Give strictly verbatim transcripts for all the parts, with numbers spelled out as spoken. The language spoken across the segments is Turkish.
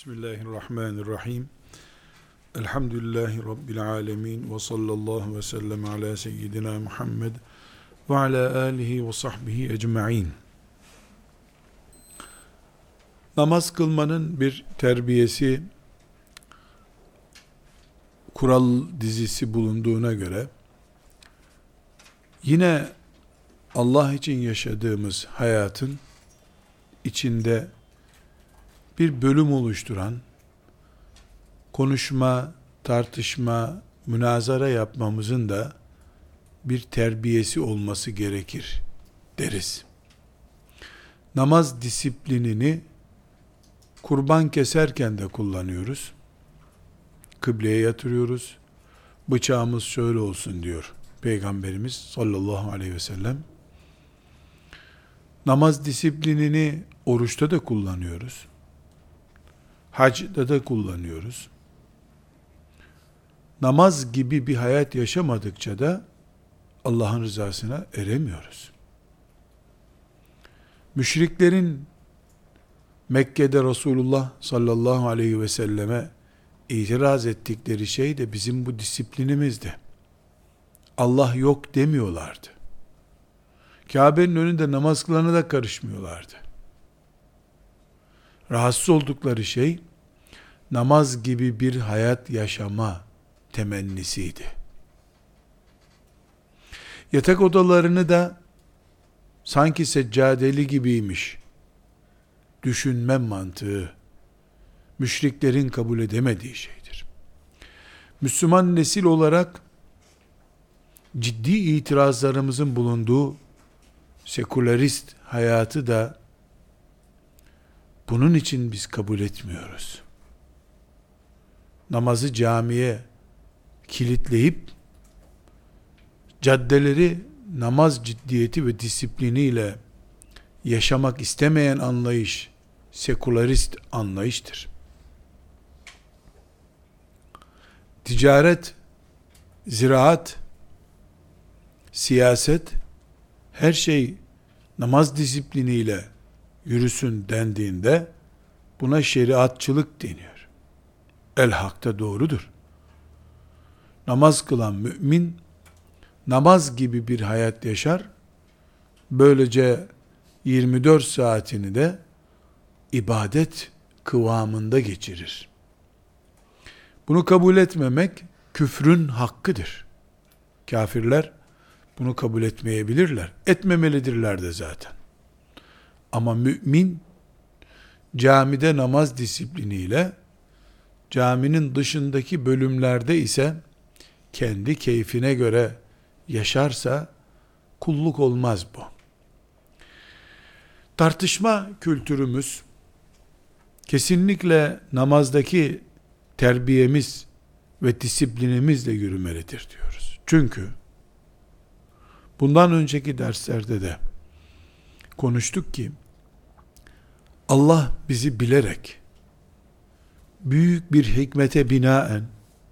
Bismillahirrahmanirrahim. Elhamdülillahi Rabbil alemin. Ve sallallahu ve sellem ala seyyidina Muhammed ve ala alihi ve sahbihi ecma'in. Namaz kılmanın bir terbiyesi, kural dizisi bulunduğuna göre, yine Allah için yaşadığımız hayatın içinde bir bölüm oluşturan, konuşma, tartışma, münazara yapmamızın da bir terbiyesi olması gerekir deriz. Namaz disiplinini kurban keserken de kullanıyoruz. Kıbleye yatırıyoruz. Bıçağımız şöyle olsun diyor Peygamberimiz sallallahu aleyhi ve sellem. Namaz disiplinini oruçta da kullanıyoruz. Hacda da kullanıyoruz. Namaz gibi bir hayat yaşamadıkça da Allah'ın rızasına eremiyoruz. Müşriklerin Mekke'de Resulullah sallallahu aleyhi ve selleme itiraz ettikleri şey de bizim bu disiplinimizdi. Allah yok demiyorlardı. Kabe'nin önünde namaz kılana da karışmıyorlardı. Rahatsız oldukları şey, namaz gibi bir hayat yaşama temennisiydi. Yatak odalarını da sanki seccadeli gibiymiş düşünme mantığı, müşriklerin kabul edemediği şeydir. Müslüman nesil olarak ciddi itirazlarımızın bulunduğu sekülerist hayatı da bunun için biz kabul etmiyoruz. Namazı camiye kilitleyip caddeleri namaz ciddiyeti ve disipliniyle yaşamak istemeyen anlayış sekülerist anlayıştır. Ticaret, ziraat, siyaset, her şey namaz disipliniyle yürüsün dendiğinde buna şeriatçılık deniyor. El-hak da doğrudur. Namaz kılan mümin namaz gibi bir hayat yaşar. Böylece yirmi dört saatini de ibadet kıvamında geçirir. Bunu kabul etmemek küfrün hakkıdır. Kafirler bunu kabul etmeyebilirler. Etmemelidirler de zaten. Ama mümin camide namaz disipliniyle, caminin dışındaki bölümlerde ise kendi keyfine göre yaşarsa kulluk olmaz bu. Tartışma kültürümüz kesinlikle namazdaki terbiyemiz ve disiplinimizle yürümelidir diyoruz. Çünkü bundan önceki derslerde de konuştuk ki Allah bizi bilerek büyük bir hikmete binaen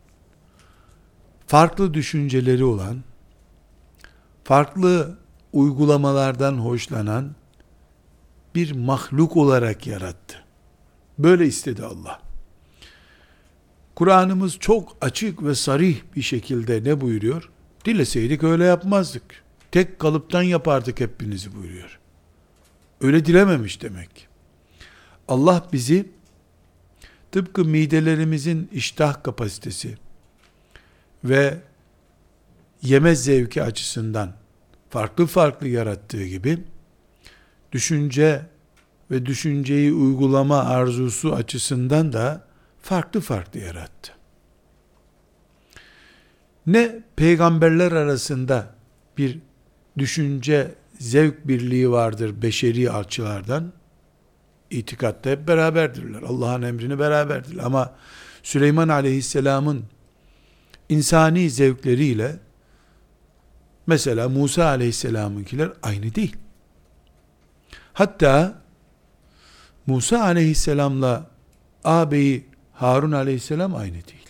farklı düşünceleri olan, farklı uygulamalardan hoşlanan bir mahluk olarak yarattı. Böyle istedi Allah. Kur'an'ımız çok açık ve sarih bir şekilde ne buyuruyor? Dileseydik öyle yapmazdık. Tek kalıptan yapardık hepinizi buyuruyor. Öyle dilememiş demek. Allah bizi tıpkı midelerimizin iştah kapasitesi ve yeme zevki açısından farklı farklı yarattığı gibi düşünce ve düşünceyi uygulama arzusu açısından da farklı farklı yarattı. Ne peygamberler arasında bir düşünce zevk birliği vardır beşeri açılardan, itikatta hep beraberdirler. Allah'ın emrini beraberdirler. Ama Süleyman aleyhisselamın insani zevkleriyle mesela Musa aleyhisselamınkiler aynı değil. Hatta Musa aleyhisselamla ağabeyi Harun aleyhisselam aynı değil.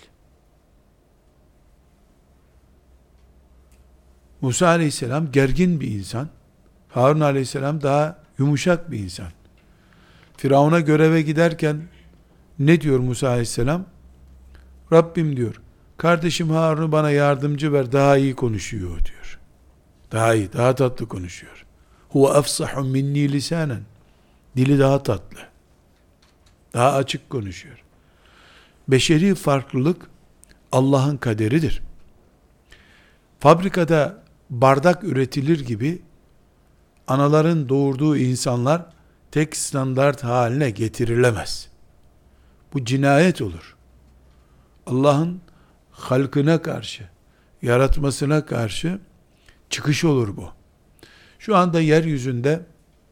Musa aleyhisselam gergin bir insan. Harun aleyhisselam daha yumuşak bir insan. Firavun'a göreve giderken Ne diyor Musa aleyhisselam? Rabbim diyor, kardeşim Harun'u bana yardımcı ver, daha iyi konuşuyor diyor. Daha iyi, daha tatlı konuşuyor. Huve efsahu minni lisanen. Dili daha tatlı. Daha açık konuşuyor. Beşeri farklılık Allah'ın kaderidir. Fabrikada bardak üretilir gibi anaların doğurduğu insanlar tek standart haline getirilemez. Bu cinayet olur. Allah'ın halkına karşı, yaratmasına karşı çıkış olur bu. Şu anda yeryüzünde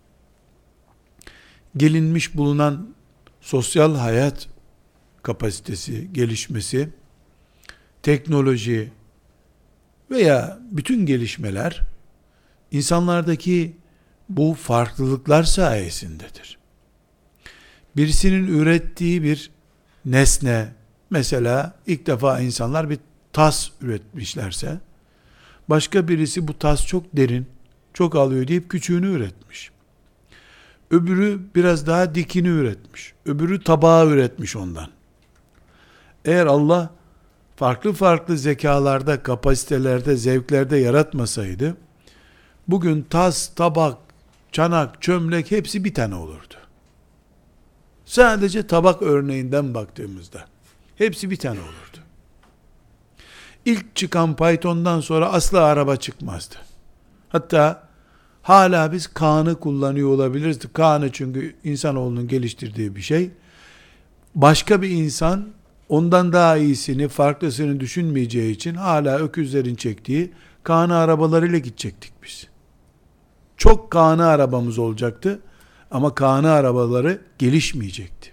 gelinmiş bulunan sosyal hayat kapasitesi, gelişmesi, teknoloji veya bütün gelişmeler insanlardaki bu farklılıklar sayesindedir. Birisinin ürettiği bir nesne, mesela ilk defa insanlar bir tas üretmişlerse, başka birisi bu tas çok derin, çok alıyor deyip küçüğünü üretmiş. Öbürü biraz daha dikini üretmiş. Öbürü tabağı üretmiş ondan. Eğer Allah farklı farklı zekalarda, kapasitelerde, zevklerde yaratmasaydı, bugün tas, tabak, çanak, çömlek hepsi bir tane olurdu. Sadece tabak örneğinden baktığımızda hepsi bir tane olurdu. İlk çıkan Python'dan sonra asla araba çıkmazdı. Hatta hala biz Kaan'ı kullanıyor olabiliriz. Kaan'ı çünkü insanoğlunun geliştirdiği bir şey. Başka bir insan ondan daha iyisini, farklısını düşünmeyeceği için hala öküzlerin çektiği Kaan'ı arabalarıyla gidecektik biz. Çok Kaan'ı arabamız olacaktı ama Kaan'ı arabaları gelişmeyecekti.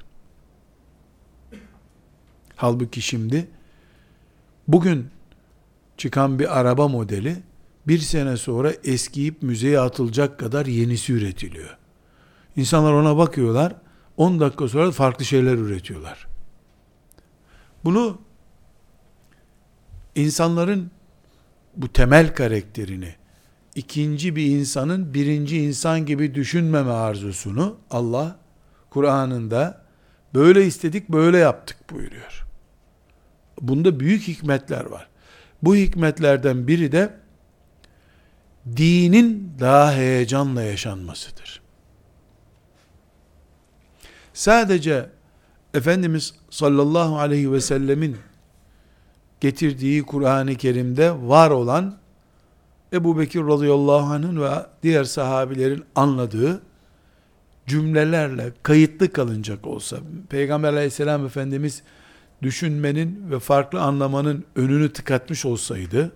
Halbuki şimdi bugün çıkan bir araba modeli bir sene sonra eskiyip müzeye atılacak kadar yenisi üretiliyor. İnsanlar ona bakıyorlar, on dakika sonra farklı şeyler üretiyorlar. Bunu insanların bu temel karakterini, ikinci bir insanın birinci insan gibi düşünmeme arzusunu Allah Kur'an'ında böyle istedik, böyle yaptık buyuruyor. Bunda büyük hikmetler var. Bu hikmetlerden biri de dinin daha heyecanla yaşanmasıdır. Sadece Efendimiz sallallahu aleyhi ve sellemin getirdiği Kur'an-ı Kerim'de var olan Ebu Bekir radıyallahu anh'ın ve diğer sahabilerin anladığı cümlelerle kayıtlı kalınacak olsa, Peygamber aleyhisselam Efendimiz düşünmenin ve farklı anlamanın önünü tıkatmış olsaydı,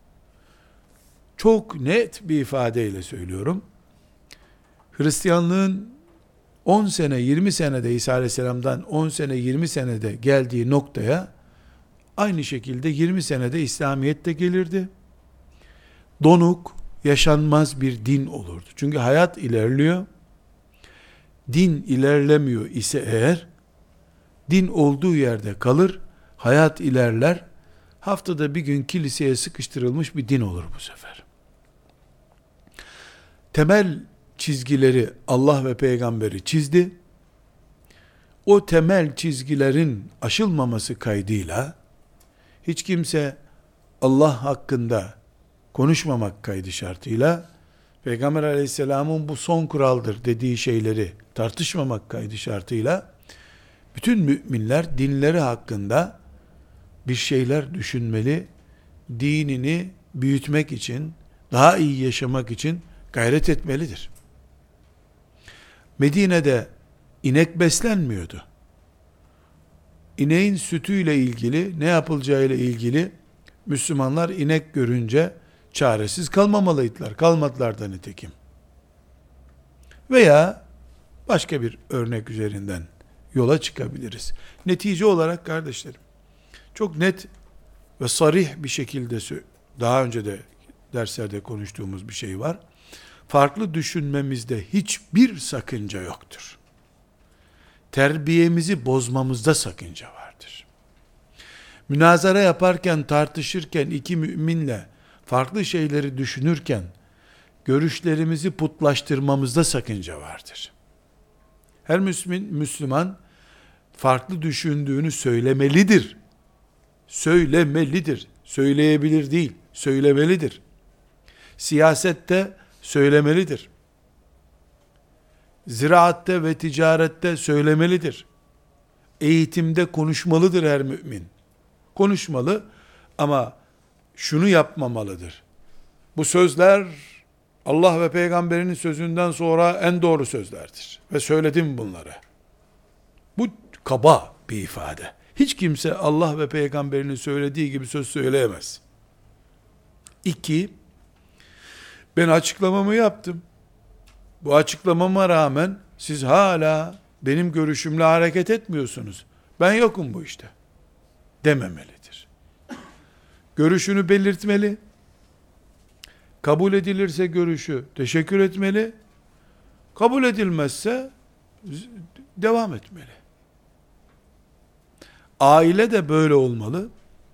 çok net bir ifadeyle söylüyorum, Hristiyanlığın on sene, yirmi senede İsa aleyhisselamdan on sene, yirmi senede geldiği noktaya aynı şekilde yirmi senede İslamiyet de gelirdi. Donuk, yaşanmaz bir din olurdu. Çünkü hayat ilerliyor. Din ilerlemiyor ise eğer, din olduğu yerde kalır, hayat ilerler, haftada bir gün kiliseye sıkıştırılmış bir din olur bu sefer. Temel çizgileri Allah ve peygamberi çizdi. O temel çizgilerin aşılmaması kaydıyla hiç kimse Allah hakkında konuşmamak kaydı şartıyla Peygamber aleyhisselamın bu son kuraldır dediği şeyleri tartışmamak kaydı şartıyla bütün müminler dinleri hakkında bir şeyler düşünmeli, dinini büyütmek için, daha iyi yaşamak için gayret etmelidir. Medine'de inek beslenmiyordu. İneğin sütüyle ilgili, ne yapılacağıyla ilgili Müslümanlar inek görünce çaresiz kalmamalıydılar. Kalmadılar da nitekim. Veya başka bir örnek üzerinden yola çıkabiliriz. Netice olarak kardeşlerim, çok net ve sarih bir şekilde, daha önce de derslerde konuştuğumuz bir şey var. Farklı düşünmemizde hiçbir sakınca yoktur. Terbiyemizi bozmamızda sakınca vardır. Münazara yaparken, tartışırken, iki müminle farklı şeyleri düşünürken, görüşlerimizi putlaştırmamızda sakınca vardır. Her Müslüman, Müslüman farklı düşündüğünü söylemelidir. Söylemelidir. Söyleyebilir değil, söylemelidir. Siyasette söylemelidir. Ziraatte ve ticarette söylemelidir. Eğitimde konuşmalıdır her mümin. Konuşmalı ama şunu yapmamalıdır. Bu sözler Allah ve peygamberinin sözünden sonra en doğru sözlerdir. Ve söyledim bunları. Bu kaba bir ifade. Hiç kimse Allah ve peygamberinin söylediği gibi söz söyleyemez. İki, ben açıklamamı yaptım. Bu açıklamama rağmen siz hala benim görüşümle hareket etmiyorsunuz. Ben yokum bu işte dememelidir. Görüşünü belirtmeli. Kabul edilirse görüşü teşekkür etmeli. Kabul edilmezse devam etmeli. Aile de böyle olmalı.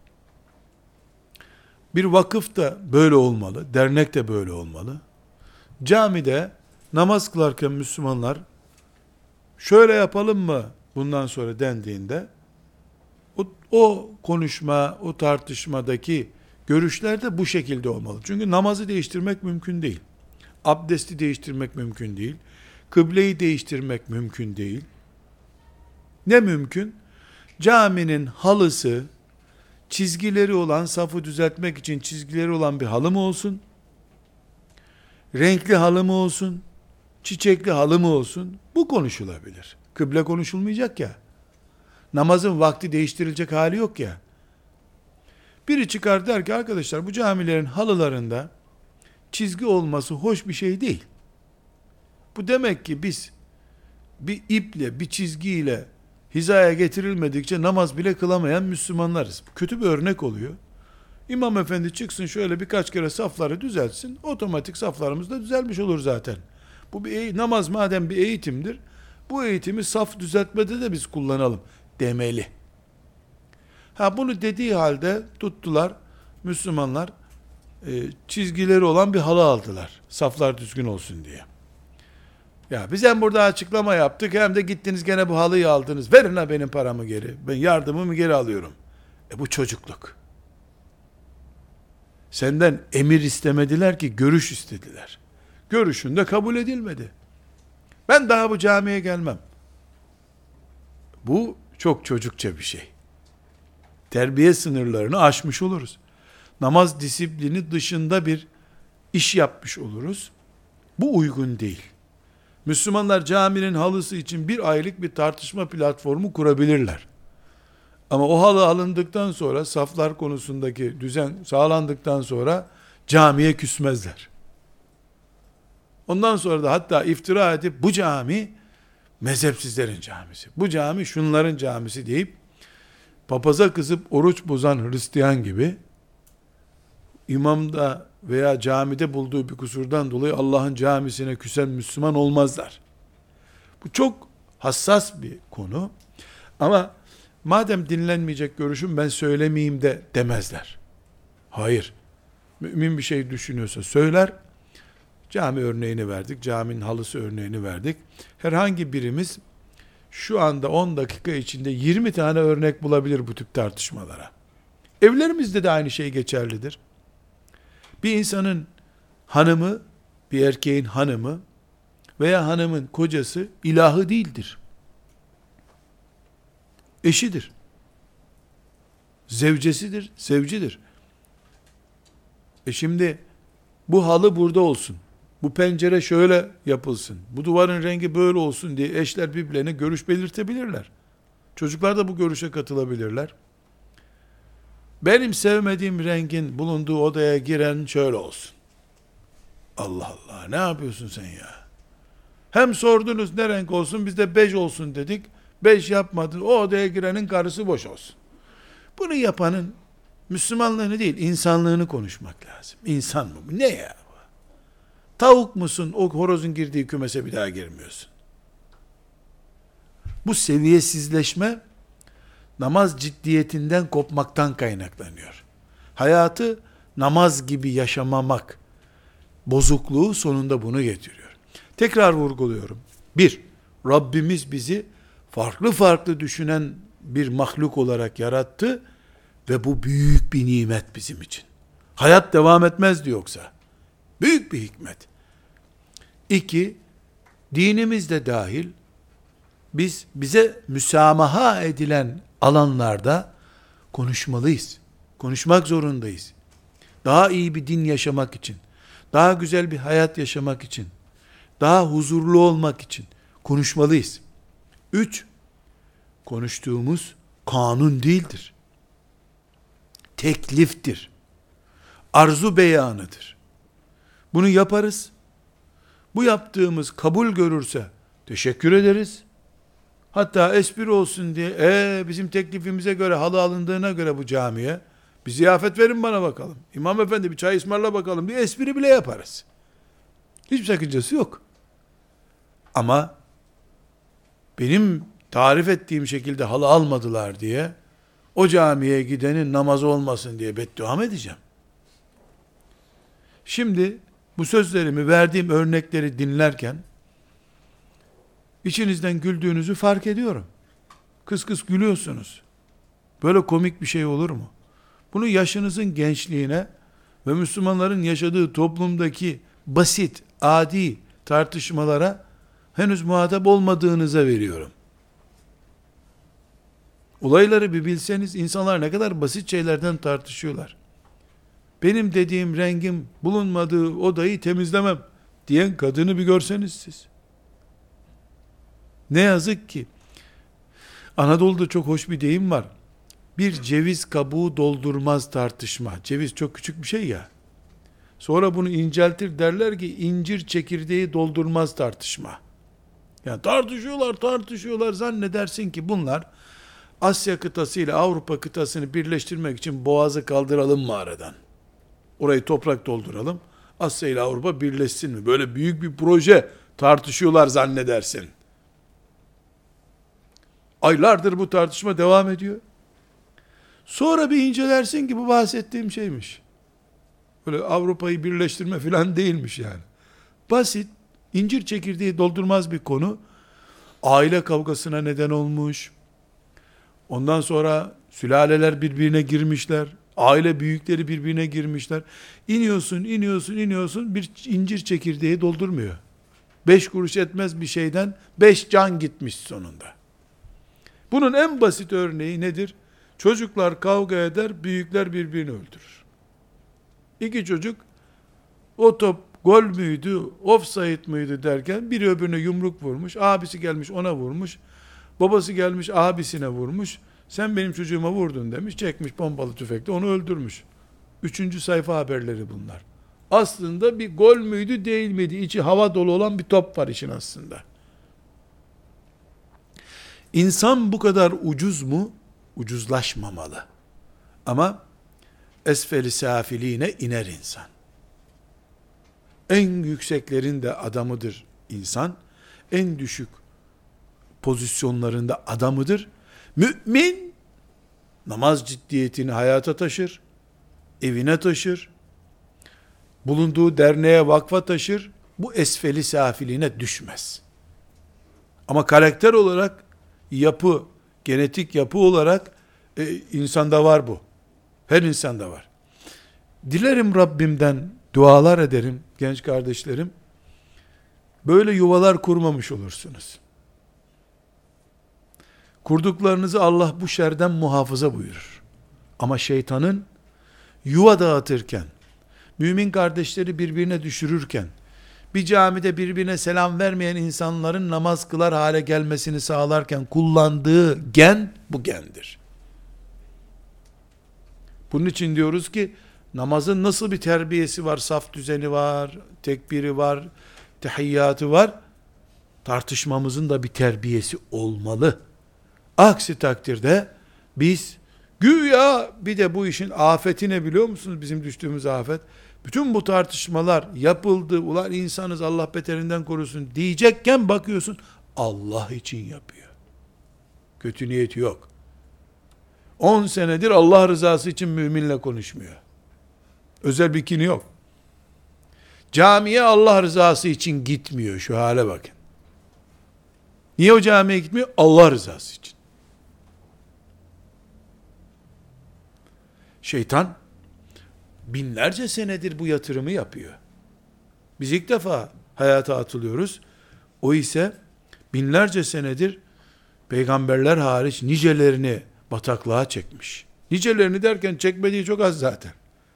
Bir vakıf da böyle olmalı. Dernek de böyle olmalı. Camide namaz kılarken Müslümanlar şöyle yapalım mı bundan sonra dendiğinde o, o konuşma, o tartışmadaki görüşler de bu şekilde olmalı. Çünkü namazı değiştirmek mümkün değil. Abdesti değiştirmek mümkün değil. Kıbleyi değiştirmek mümkün değil. Ne mümkün? Caminin halısı, çizgileri olan, safı düzeltmek için çizgileri olan bir halı mı olsun? Renkli halı mı olsun? Çiçekli halı mı olsun? Bu konuşulabilir. Kıble konuşulmayacak ya. Namazın vakti değiştirilecek hali yok ya. Biri çıkar der ki arkadaşlar bu camilerin halılarında çizgi olması hoş bir şey değil. Bu demek ki biz bir iple, bir çizgiyle hizaya getirilmedikçe namaz bile kılamayan Müslümanlarız. Kötü bir örnek oluyor. İmam efendi çıksın şöyle birkaç kere safları düzeltsin, otomatik saflarımız da düzelmiş olur zaten. Bu bir namaz madem bir eğitimdir, bu eğitimi saf düzeltmede de biz kullanalım demeli. Ha bunu dediği halde tuttular Müslümanlar e, çizgileri olan bir halı aldılar. Saflar düzgün olsun diye. Ya biz hem burada açıklama yaptık hem de gittiniz gene bu halıyı aldınız. Verin ha benim paramı geri. Ben yardımımı geri alıyorum. E bu çocukluk. Senden emir istemediler ki görüş istediler. Görüşün de kabul edilmedi. Ben daha bu camiye gelmem. Bu çok çocukça bir şey. Terbiye sınırlarını aşmış oluruz. Namaz disiplini dışında bir iş yapmış oluruz. Bu uygun değil. Müslümanlar caminin halısı için bir aylık bir tartışma platformu kurabilirler. Ama o halı alındıktan sonra, saflar konusundaki düzen sağlandıktan sonra camiye küsmezler. Ondan sonra da hatta iftira edip bu cami mezhepsizlerin camisi, bu cami şunların camisi deyip papaza kızıp oruç bozan Hristiyan gibi imamda veya camide bulduğu bir kusurdan dolayı Allah'ın camisine küsen Müslüman olmazlar. Bu çok hassas bir konu. Ama madem dinlenmeyecek görüşüm ben söylemeyeyim de demezler. Hayır. Mümin bir şey düşünüyorsa söyler. Cami örneğini verdik. Caminin halısı örneğini verdik. Herhangi birimiz şu anda on dakika içinde yirmi tane örnek bulabilir bu tip tartışmalara. Evlerimizde de aynı şey geçerlidir. Bir insanın hanımı, bir erkeğin hanımı veya hanımın kocası ilahı değildir. Eşidir. Zevcesidir, sevcidir. E şimdi bu halı burada olsun. Bu pencere şöyle yapılsın. Bu duvarın rengi böyle olsun diye eşler birbirlerine görüş belirtebilirler. Çocuklar da bu görüşe katılabilirler. Benim sevmediğim rengin bulunduğu odaya giren şöyle olsun. Allah Allah, ne yapıyorsun sen ya? Hem sordunuz ne renk olsun, biz de bej olsun dedik. Bej yapmadın, o odaya girenin karısı boş olsun. Bunu yapanın Müslümanlığını değil, insanlığını konuşmak lazım. İnsan mı? Ne ya? Tavuk musun? O horozun girdiği kümese bir daha girmiyorsun. Bu seviyesizleşme namaz ciddiyetinden kopmaktan kaynaklanıyor. Hayatı namaz gibi yaşamamak bozukluğu sonunda bunu getiriyor. Tekrar vurguluyorum. Bir, Rabbimiz bizi farklı farklı düşünen bir mahluk olarak yarattı ve bu büyük bir nimet bizim için. Hayat devam etmezdi yoksa. Büyük bir hikmet. İki, dinimiz de dahil, biz bize müsamaha edilen alanlarda konuşmalıyız. Konuşmak zorundayız. Daha iyi bir din yaşamak için, daha güzel bir hayat yaşamak için, daha huzurlu olmak için konuşmalıyız. Üç, konuştuğumuz kanun değildir. Tekliftir. Arzu beyanıdır. Bunu yaparız. Bu yaptığımız kabul görürse teşekkür ederiz. Hatta espri olsun diye, ee, bizim teklifimize göre, halı alındığına göre bu camiye, bir ziyafet verin bana bakalım. İmam efendi bir çay ısmarla bakalım diye espri bile yaparız. Hiçbir sakıncası yok. Ama benim tarif ettiğim şekilde halı almadılar diye, o camiye gidenin namazı olmasın diye beddua mı edeceğim? Şimdi bu sözlerimi, verdiğim örnekleri dinlerken, İçinizden güldüğünüzü fark ediyorum. Kıs kıs gülüyorsunuz. Böyle komik bir şey olur mu? Bunu yaşınızın gençliğine ve Müslümanların yaşadığı toplumdaki basit, adi tartışmalara henüz muhatap olmadığınıza veriyorum. Olayları bir bilseniz, insanlar ne kadar basit şeylerden tartışıyorlar. Benim dediğim rengin bulunmadığı odayı temizlemem diyen kadını bir görseniz siz. Ne yazık ki Anadolu'da çok hoş bir deyim var. Bir ceviz kabuğu doldurmaz tartışma. Ceviz çok küçük bir şey ya. Sonra bunu inceltir, derler ki incir çekirdeği doldurmaz tartışma. Yani tartışıyorlar, tartışıyorlar, zannedersin ki bunlar Asya kıtası ile Avrupa kıtasını birleştirmek için boğazı kaldıralım mı aradan? Orayı toprak dolduralım. Asya ile Avrupa birleşsin mi? Böyle büyük bir proje tartışıyorlar zannedersin. Aylardır bu tartışma devam ediyor. Sonra bir incelersin ki bu bahsettiğim şeymiş. Böyle Avrupa'yı birleştirme falan değilmiş yani. Basit, incir çekirdeği doldurmaz bir konu. Aile kavgasına neden olmuş. Ondan sonra sülaleler birbirine girmişler. Aile büyükleri birbirine girmişler. İniyorsun, iniyorsun, iniyorsun. Bir incir çekirdeği doldurmuyor. Beş kuruş etmez bir şeyden beş can gitmiş sonunda. Bunun en basit örneği nedir? Çocuklar kavga eder, büyükler birbirini öldürür. İki çocuk, o top gol müydü, offside mıydı derken, biri öbürüne yumruk vurmuş, abisi gelmiş ona vurmuş, babası gelmiş abisine vurmuş, sen benim çocuğuma vurdun demiş, çekmiş pompalı tüfekle onu öldürmüş. Üçüncü sayfa haberleri bunlar. Aslında bir gol müydü değil miydi, içi hava dolu olan bir top var işin aslında. İnsan bu kadar ucuz mu? Ucuzlaşmamalı. Ama esfeli safiliğine iner insan. En yükseklerin de adamıdır insan. En düşük pozisyonlarında adamıdır. Mümin, namaz ciddiyetini hayata taşır, evine taşır, bulunduğu derneğe, vakfa taşır, bu esfeli safiliğine düşmez. Ama karakter olarak, yapı, genetik yapı olarak e, insanda var bu. Her insanda var. Dilerim Rabbimden, dualar ederim genç kardeşlerim. Böyle yuvalar kurmamış olursunuz. Kurduklarınızı Allah bu şerden muhafaza buyurur. Ama şeytanın yuva dağıtırken, mümin kardeşleri birbirine düşürürken, bir camide birbirine selam vermeyen insanların namaz kılar hale gelmesini sağlarken kullandığı gen bu gendir. Bunun için diyoruz ki namazın nasıl bir terbiyesi var, saf düzeni var, tekbiri var, tehiyyatı var. Tartışmamızın da bir terbiyesi olmalı. Aksi takdirde biz güya, bir de bu işin afeti ne biliyor musunuz, bizim düştüğümüz afet? Bütün bu tartışmalar yapıldı, ulan insanız Allah beterinden korusun diyecekken bakıyorsun Allah için yapıyor. Kötü niyeti yok. on senedir Allah rızası için müminle konuşmuyor. Özel bir kini yok. Camiye Allah rızası için gitmiyor, şu hale bakın. Niye o camiye gitmiyor? Allah rızası için. Şeytan binlerce senedir bu yatırımı yapıyor. Biz ilk defa hayata atılıyoruz. O ise binlerce senedir peygamberler hariç nicelerini bataklığa çekmiş. Nicelerini derken çekmediği çok az zaten.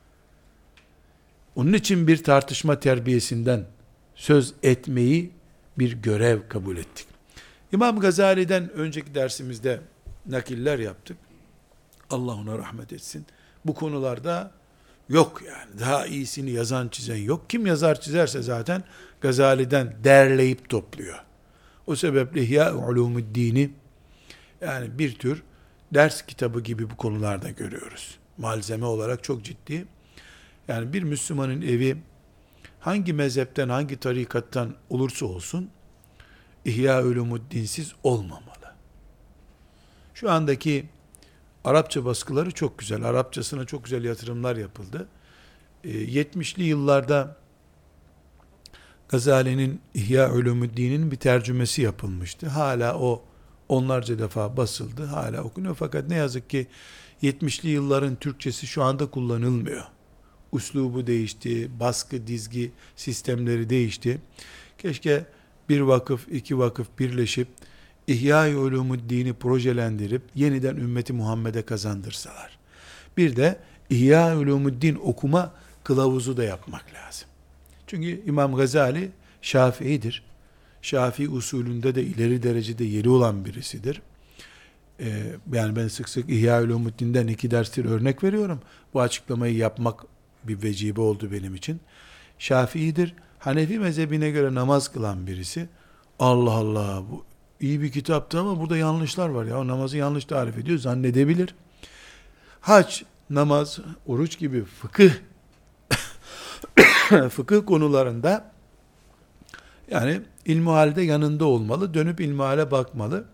Onun için bir tartışma terbiyesinden söz etmeyi bir görev kabul ettik. İmam Gazali'den önceki dersimizde nakiller yaptık. Allah ona rahmet etsin. Bu konularda yok yani. Daha iyisini yazan çizen yok. Kim yazar çizerse zaten Gazali'den derleyip topluyor. O sebeple İhya Ulumuddin'i yani bir tür ders kitabı gibi bu konularda görüyoruz. Malzeme olarak çok ciddi. Yani bir Müslümanın evi hangi mezhepten, hangi tarikattan olursa olsun İhya Ulumuddin'siz olmamalı. Şu andaki Arapça baskıları çok güzel. Arapçasına çok güzel yatırımlar yapıldı. yetmişli yıllarda Gazali'nin İhya Ulumuddin'in bir tercümesi yapılmıştı. Hala o onlarca defa basıldı. Hala okunuyor. Fakat ne yazık ki yetmişli yılların Türkçesi şu anda kullanılmıyor. Üslubu değişti, baskı, dizgi sistemleri değişti. Keşke bir vakıf, iki vakıf birleşip İhya-i Ulumuddin'i projelendirip yeniden ümmeti Muhammed'e kazandırsalar. Bir de İhya-i Ulumuddin okuma kılavuzu da yapmak lazım. Çünkü İmam Gazali Şafii'dir. Şafii usulünde de ileri derecede yeri olan birisidir. Ee, yani ben sık sık İhya-i Ulumuddin'den iki derstir örnek veriyorum. Bu açıklamayı yapmak bir vecibe oldu benim için. Şafii'dir. Hanefi mezhebine göre namaz kılan birisi. Allah Allah, bu iyi bir kitaptı ama burada yanlışlar var ya. O namazı yanlış tarif ediyor zannedebilir. Hac, namaz, oruç gibi fıkıh fıkıh konularında yani ilmihalde yanında olmalı. Dönüp ilmihale bakmalı.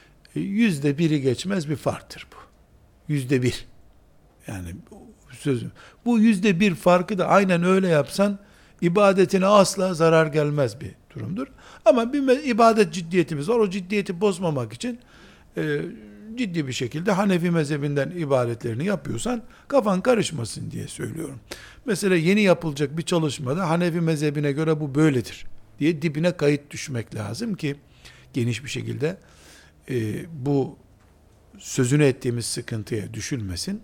Yüzde biri geçmez bir farktır bu. Yüzde bir. Yani sözüm. Bu yüzde bir farkı da aynen öyle yapsan ibadetine asla zarar gelmez bir durumdur. Ama bir ibadet ciddiyetimiz var. O ciddiyeti bozmamak için e, ciddi bir şekilde Hanefi mezhebinden ibadetlerini yapıyorsan kafan karışmasın diye söylüyorum. Mesela yeni yapılacak bir çalışmada Hanefi mezhebine göre bu böyledir diye dibine kayıt düşmek lazım ki geniş bir şekilde e, bu sözünü ettiğimiz sıkıntıya düşülmesin.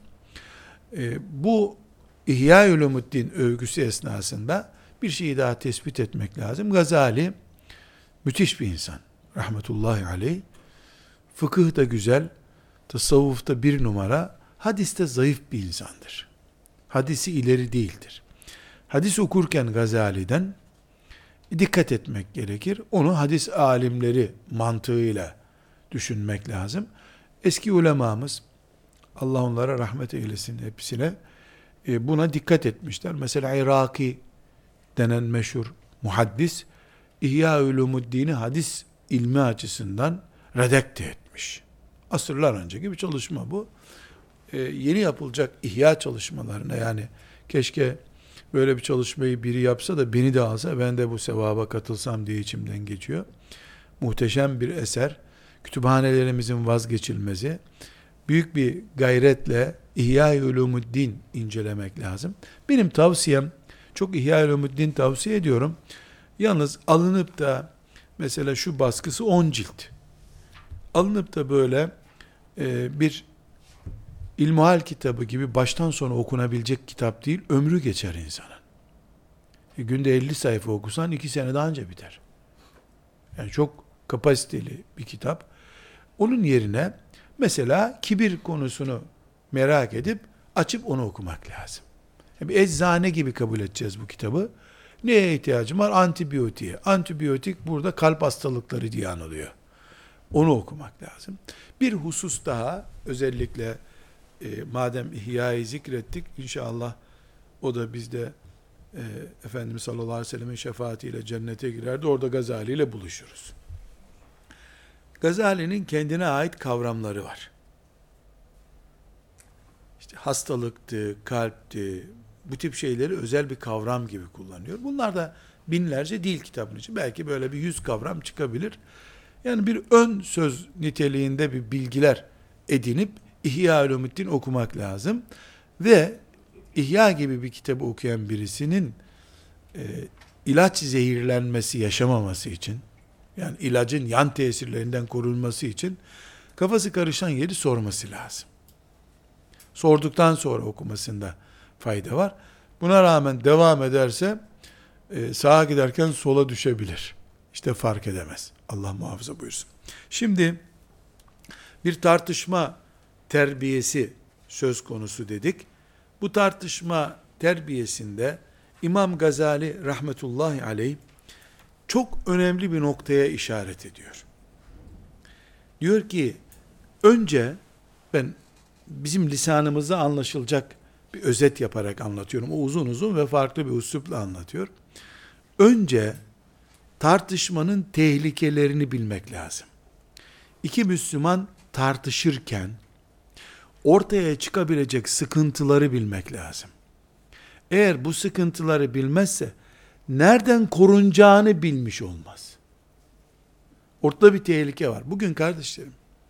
E, bu İhya Ulumuddin övgüsü esnasında bir şeyi daha tespit etmek lazım. Gazali müthiş bir insan. Rahmetullahi aleyh. Fıkıh da güzel, tasavvufta bir numara, hadiste zayıf bir insandır. Hadisi ileri değildir. Hadis okurken Gazali'den dikkat etmek gerekir. Onu hadis alimleri mantığıyla düşünmek lazım. Eski ulemamız, Allah onlara rahmet eylesin hepsine, buna dikkat etmişler. Mesela Iraki denen meşhur muhaddis, İhya Ulumuddin'i hadis ilmi açısından redakte etmiş. Asırlar önceki bir çalışma bu. Ee, yeni yapılacak ihya çalışmalarına, yani keşke böyle bir çalışmayı biri yapsa da beni de alsa, ben de bu sevaba katılsam diye içimden geçiyor. Muhteşem bir eser. Kütüphanelerimizin vazgeçilmezi. Büyük bir gayretle İhya-i Ulumuddin incelemek lazım. Benim tavsiyem, çok İhya-i Ulumuddin tavsiye ediyorum. Yalnız alınıp da mesela şu baskısı on cilt. Alınıp da böyle e, bir ilmihal kitabı gibi baştan sona okunabilecek kitap değil, ömrü geçer insanın. E, günde elli sayfa okusan iki sene daha önce biter. Yani çok kapasiteli bir kitap. Onun yerine mesela kibir konusunu merak edip açıp onu okumak lazım. Yani bir eczane gibi kabul edeceğiz bu kitabı. Neye ihtiyacım var? Antibiyotiğe. Antibiyotik burada kalp hastalıkları diye anılıyor. Onu okumak lazım. Bir husus daha, özellikle e, madem İhya'yı zikrettik, inşallah o da bizde e, Efendimiz sallallahu aleyhi ve sellem'in şefaatiyle cennete girerdi. Orada Gazali ile buluşuruz. Gazali'nin kendine ait kavramları var. İşte hastalıktı, kalpti, bu tip şeyleri özel bir kavram gibi kullanıyor. Bunlar da binlerce değil kitabın içi. Belki böyle bir yüz kavram çıkabilir. Yani bir ön söz niteliğinde bir bilgiler edinip İhya Ulumuddin okumak lazım. Ve İhya gibi bir kitabı okuyan birisinin e, ilaç zehirlenmesi yaşamaması için, yani ilacın yan tesirlerinden korunması için kafası karışan yeri sorması lazım. Sorduktan sonra okumasında fayda var. Buna rağmen devam ederse e, sağa giderken sola düşebilir. İşte fark edemez. Allah muhafaza buyursun. Şimdi bir tartışma terbiyesi söz konusu dedik. Bu tartışma terbiyesinde İmam Gazali rahmetullahi aleyh çok önemli bir noktaya işaret ediyor. Diyor ki, önce ben bizim lisanımızda anlaşılacak bir özet yaparak anlatıyorum. O uzun uzun ve farklı bir üslupla anlatıyor. Önce tartışmanın tehlikelerini bilmek lazım. İki Müslüman tartışırken ortaya çıkabilecek sıkıntıları bilmek lazım. Eğer bu sıkıntıları bilmezse nereden korunacağını bilmiş olmaz. Ortada bir tehlike var. Bugün kardeşlerim,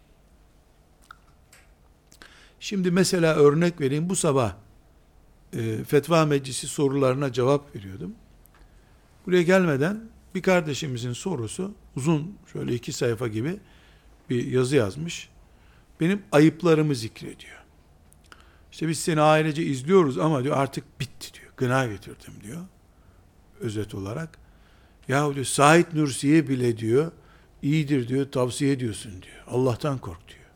şimdi mesela örnek vereyim, bu sabah e, Fetva Meclisi sorularına cevap veriyordum. Buraya gelmeden bir kardeşimizin sorusu, uzun şöyle iki sayfa gibi bir yazı yazmış. Benim ayıplarımı zikrediyor. İşte biz seni ailece izliyoruz ama diyor artık bitti diyor. Gına getirdim diyor. Özet olarak. Yahu diyor Said Nursi'ye bile diyor iyidir diyor, tavsiye ediyorsun diyor. Allah'tan kork diyor.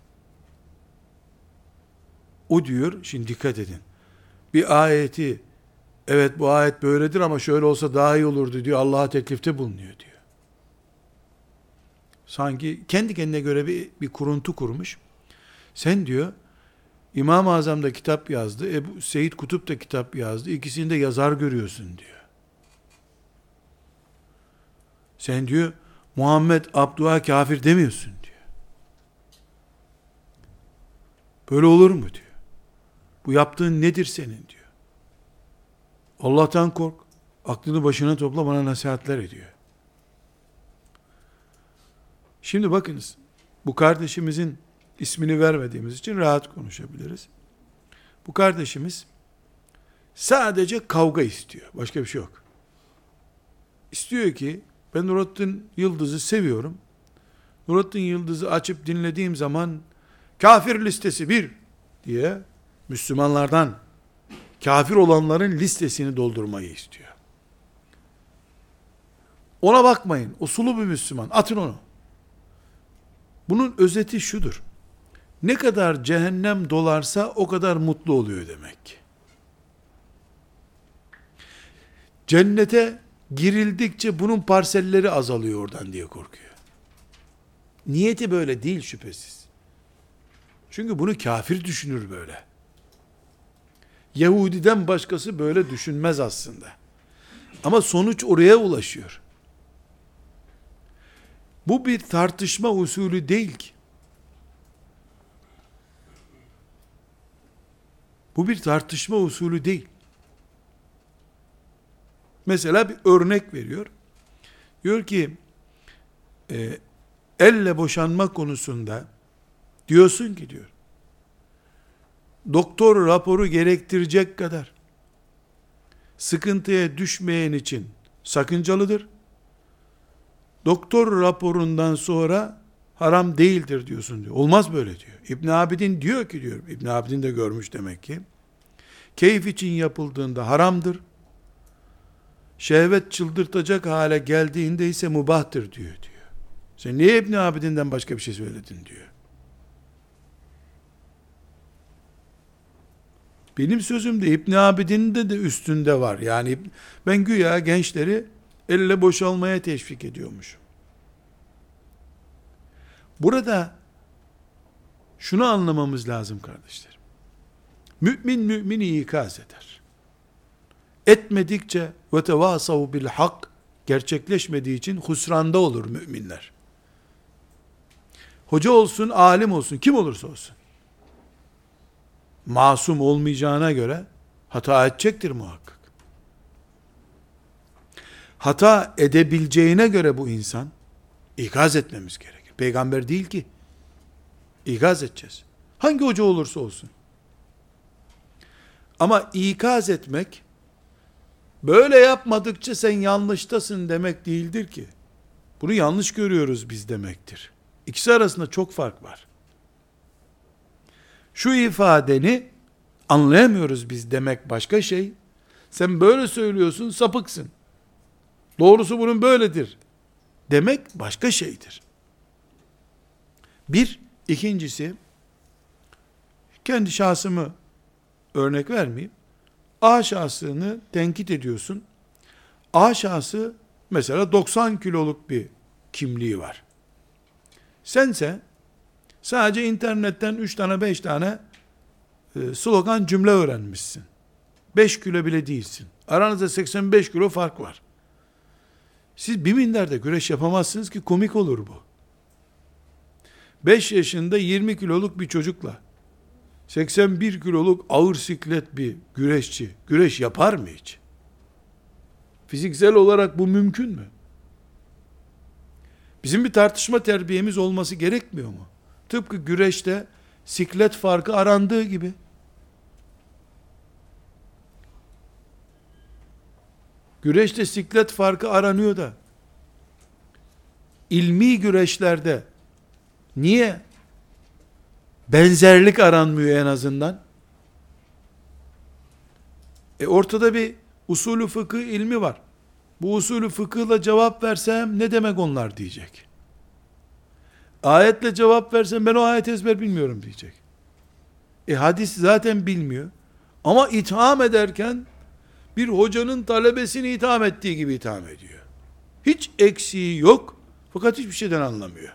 O diyor, şimdi dikkat edin. Bir ayeti, evet bu ayet böyledir ama şöyle olsa daha iyi olurdu diyor. Allah'a teklifte bulunuyor diyor. Sanki kendi kendine göre bir, bir kuruntu kurmuş. Sen diyor, İmam-ı Azam da kitap yazdı, Ebu Seyyid Kutup da kitap yazdı. İkisini de yazar görüyorsun diyor. Sen diyor, Muhammed Abduh'a kafir demiyorsun diyor. Böyle olur mu diyor. Bu yaptığın nedir senin diyor. Allah'tan kork. Aklını başına topla, bana nasihatler ediyor. Şimdi bakınız, bu kardeşimizin ismini vermediğimiz için rahat konuşabiliriz. Bu kardeşimiz sadece kavga istiyor. Başka bir şey yok. İstiyor ki, ben Nurattin Yıldız'ı seviyorum. Nurattin Yıldız'ı açıp dinlediğim zaman kafir listesi bir diye Müslümanlardan kafir olanların listesini doldurmayı istiyor. Ona bakmayın. O sulu bir Müslüman. Atın onu. Bunun özeti şudur. Ne kadar cehennem dolarsa o kadar mutlu oluyor demek ki. Cennete girildikçe bunun parselleri azalıyor oradan diye korkuyor. Niyeti böyle değil şüphesiz. Çünkü bunu kafir düşünür böyle. Yahudiden başkası böyle düşünmez aslında. Ama sonuç oraya ulaşıyor. Bu bir tartışma usulü değil ki. Bu bir tartışma usulü değil. Mesela bir örnek veriyor. Diyor ki, e, elle boşanma konusunda diyorsun ki diyor, doktor raporu gerektirecek kadar sıkıntıya düşmeyen için sakıncalıdır. Doktor raporundan sonra haram değildir diyorsun diyor. Olmaz böyle diyor. İbn Abidin diyor ki diyor, İbn Abidin de görmüş demek ki, keyif için yapıldığında haramdır. Şehvet çıldırtacak hale geldiğinde ise mubahtır diyor diyor. Sen niye İbn Abidin'den başka bir şey söyledin diyor. Benim sözüm de İbn Abidin'in de, de üstünde var. Yani ben güya gençleri elle boşalmaya teşvik ediyormuşum. Burada şunu anlamamız lazım kardeşlerim. Mümin mümini ikaz eder. Etmedikçe ve tevasav bil hak gerçekleşmediği için husranda olur müminler. Hoca olsun, alim olsun, kim olursa olsun. Masum olmayacağına göre hata edecektir muhakkak. Hata edebileceğine göre bu insan, İkaz etmemiz gerekir. Peygamber değil ki. İkaz edeceğiz. Hangi hoca olursa olsun. Ama ikaz etmek, böyle yapmadıkça sen yanlıştasın demek değildir ki. Bunu yanlış görüyoruz biz demektir. İkisi arasında çok fark var. Şu ifadeni anlayamıyoruz biz demek başka şey. Sen böyle söylüyorsun, sapıksın. Doğrusu bunun böyledir demek başka şeydir. Bir, ikincisi, kendi şahsımı örnek vermeyeyim. A şahsını tenkit ediyorsun. A şahsı mesela doksan kiloluk bir kimliği var. Sense sadece internetten üç tane beş tane e, slogan cümle öğrenmişsin. beş kilo bile değilsin. Aranızda seksen beş kilo fark var. Siz bir minderde güreş yapamazsınız ki, komik olur bu. beş yaşında yirmi kiloluk bir çocukla seksen bir kiloluk ağır siklet bir güreşçi güreş yapar mı hiç? Fiziksel olarak bu mümkün mü? Bizim bir tartışma terbiyemiz olması gerekmiyor mu? Tıpkı güreşte siklet farkı arandığı gibi. Güreşte siklet farkı aranıyor da ilmi güreşlerde niye benzerlik aranmıyor en azından? E ortada bir usulü fıkıh ilmi var. Bu usulü fıkıhla cevap versem ne demek onlar diyecek. Ayetle cevap versem ben o ayet ezber bilmiyorum diyecek. E hadis zaten bilmiyor. Ama itham ederken bir hocanın talebesini itham ettiği gibi itham ediyor. Hiç eksiği yok fakat hiçbir şeyden anlamıyor.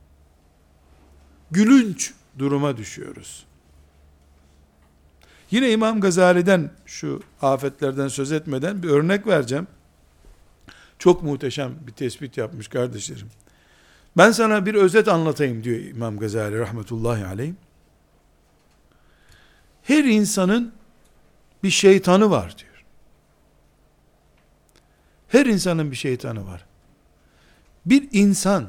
Gülünç duruma düşüyoruz. Yine İmam Gazali'den, şu afetlerden söz etmeden bir örnek vereceğim. Çok muhteşem bir tespit yapmış kardeşlerim. Ben sana bir özet anlatayım diyor İmam Gazali rahmetullahi aleyh. Her insanın bir şeytanı var diyor. Her insanın bir şeytanı var. Bir insan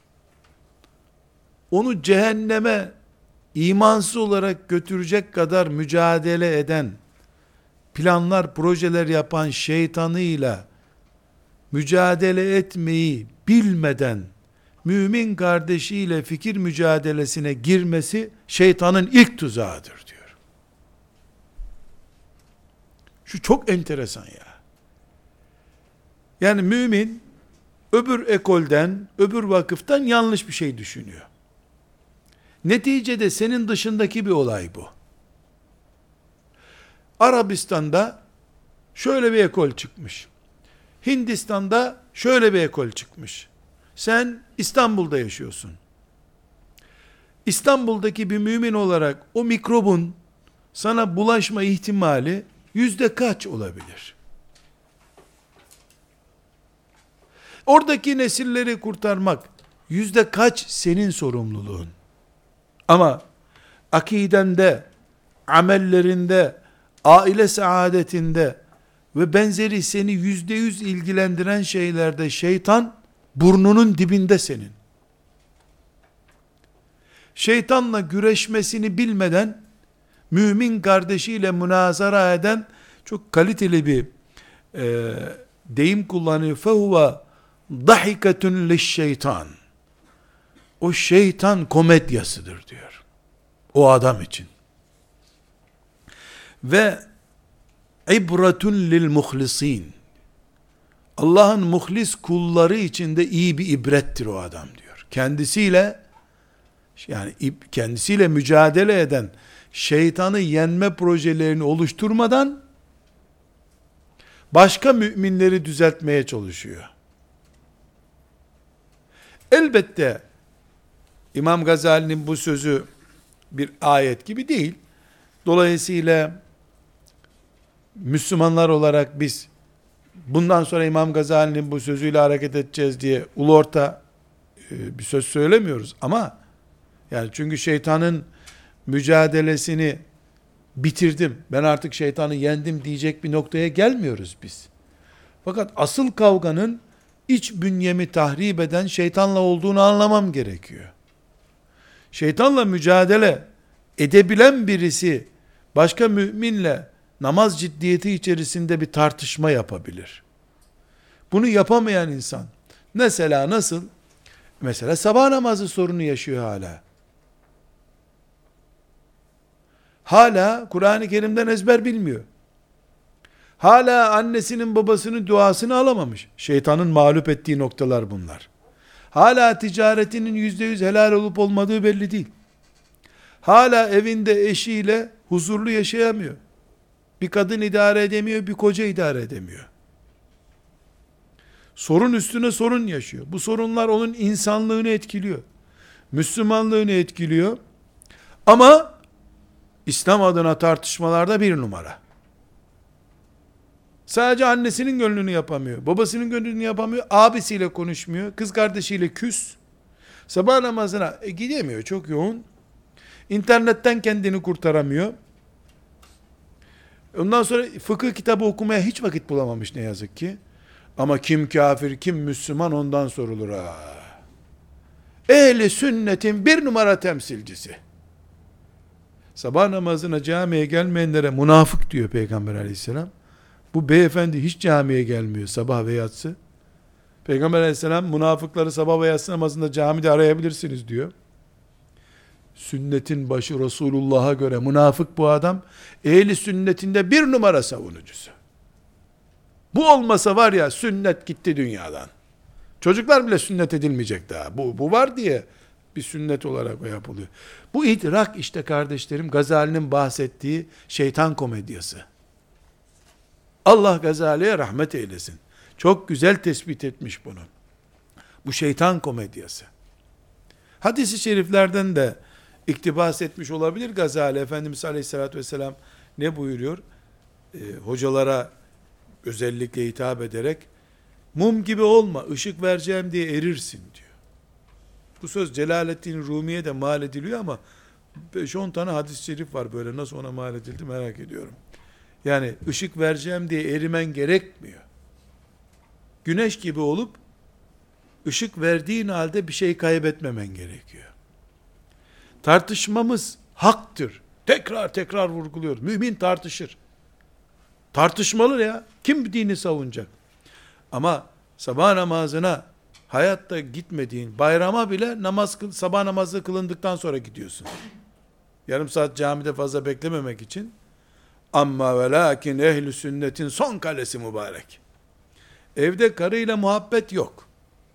onu cehenneme imansız olarak götürecek kadar mücadele eden, planlar, projeler yapan şeytanıyla mücadele etmeyi bilmeden mümin kardeşiyle fikir mücadelesine girmesi şeytanın ilk tuzağıdır diyor. Şu çok enteresan ya. Yani mümin öbür ekolden, öbür vakıftan yanlış bir şey düşünüyor. Neticede senin dışındaki bir olay bu. Arabistan'da şöyle bir ekol çıkmış. Hindistan'da şöyle bir ekol çıkmış. Sen İstanbul'da yaşıyorsun. İstanbul'daki bir mümin olarak o mikrobun sana bulaşma ihtimali yüzde kaç olabilir? Oradaki nesilleri kurtarmak yüzde kaç senin sorumluluğun? Ama akidende, amellerinde, aile saadetinde ve benzeri seni yüzde yüz ilgilendiren şeylerde şeytan burnunun dibinde senin. Şeytanla güreşmesini bilmeden mümin kardeşiyle münazara eden çok kaliteli bir e, deyim kullanıyor. فَهُوَ ضَحِكَةٌ لِلشَّيْطَانِ O şeytan komedyasıdır diyor. O adam için. Ve ibretun lil muhlisin. Allah'ın muhlis kulları için de iyi bir ibrettir o adam diyor. Kendisiyle yani kendisiyle mücadele eden, şeytanı yenme projelerini oluşturmadan başka müminleri düzeltmeye çalışıyor. Elbette İmam Gazali'nin bu sözü bir ayet gibi değil. Dolayısıyla Müslümanlar olarak biz bundan sonra İmam Gazali'nin bu sözüyle hareket edeceğiz diye ulu orta bir söz söylemiyoruz. Ama yani çünkü şeytanın mücadelesini bitirdim, ben artık şeytanı yendim diyecek bir noktaya gelmiyoruz biz. Fakat asıl kavganın iç bünyemi tahrip eden şeytanla olduğunu anlamam gerekiyor. Şeytanla mücadele edebilen birisi başka müminle namaz ciddiyeti içerisinde bir tartışma yapabilir. Bunu yapamayan insan, mesela nasıl? Mesela sabah namazı sorunu yaşıyor hala. Hala Kur'an-ı Kerim'den ezber bilmiyor. Hala annesinin babasının duasını alamamış. Şeytanın mağlup ettiği noktalar bunlar. Hala ticaretinin yüzde yüz helal olup olmadığı belli değil. Hala evinde eşiyle huzurlu yaşayamıyor. Bir kadın idare edemiyor, bir koca idare edemiyor. Sorun üstüne sorun yaşıyor. Bu sorunlar onun insanlığını etkiliyor. Müslümanlığını etkiliyor. Ama İslam adına tartışmalarda bir numara. Sadece annesinin gönlünü yapamıyor. Babasının gönlünü yapamıyor. Abisiyle konuşmuyor. Kız kardeşiyle küs. Sabah namazına e, gidemiyor. Çok yoğun. İnternetten kendini kurtaramıyor. Ondan sonra fıkıh kitabı okumaya hiç vakit bulamamış ne yazık ki. Ama kim kafir, kim Müslüman ondan sorulur ha. Ehli sünnetin bir numara temsilcisi. Sabah namazına camiye gelmeyenlere münafık diyor Peygamber aleyhisselam. Bu beyefendi hiç camiye gelmiyor sabah ve yatsı. Peygamber aleyhisselam münafıkları sabah ve yatsı namazında camide arayabilirsiniz diyor. Sünnetin başı Resulullah'a göre münafık bu adam, ehli sünnetinde bir numara savunucusu. Bu olmasa var ya, sünnet gitti dünyadan. Çocuklar bile sünnet edilmeyecek daha. Bu, bu var diye bir sünnet olarak yapılıyor. Bu idrak işte kardeşlerim, Gazali'nin bahsettiği şeytan komedyası. Allah Gazali'ye rahmet eylesin. Çok güzel tespit etmiş bunu. Bu şeytan komedyası. Hadis-i şeriflerden de iktibas etmiş olabilir Gazali. Efendimiz Aleyhisselatü Vesselam ne buyuruyor? Ee, hocalara özellikle hitap ederek, mum gibi olma, ışık vereceğim diye erirsin diyor. Bu söz Celaleddin Rumi'ye de mal ediliyor ama beş on tane hadis-i şerif var böyle, nasıl ona mal edildi merak ediyorum. Yani ışık vereceğim diye erimen gerekmiyor. Güneş gibi olup ışık verdiğin halde bir şey kaybetmemen gerekiyor. Tartışmamız haktır. Tekrar tekrar vurguluyoruz. Mümin tartışır. Tartışmalı ya. Kim dini savunacak? Ama sabah namazına hayatta gitmediğin, bayrama bile namaz kıl, sabah namazı kılındıktan sonra gidiyorsun. Yarım saat camide fazla beklememek için. Amma ve lakin ehl-i sünnetin son kalesi mübarek. Evde karıyla muhabbet yok.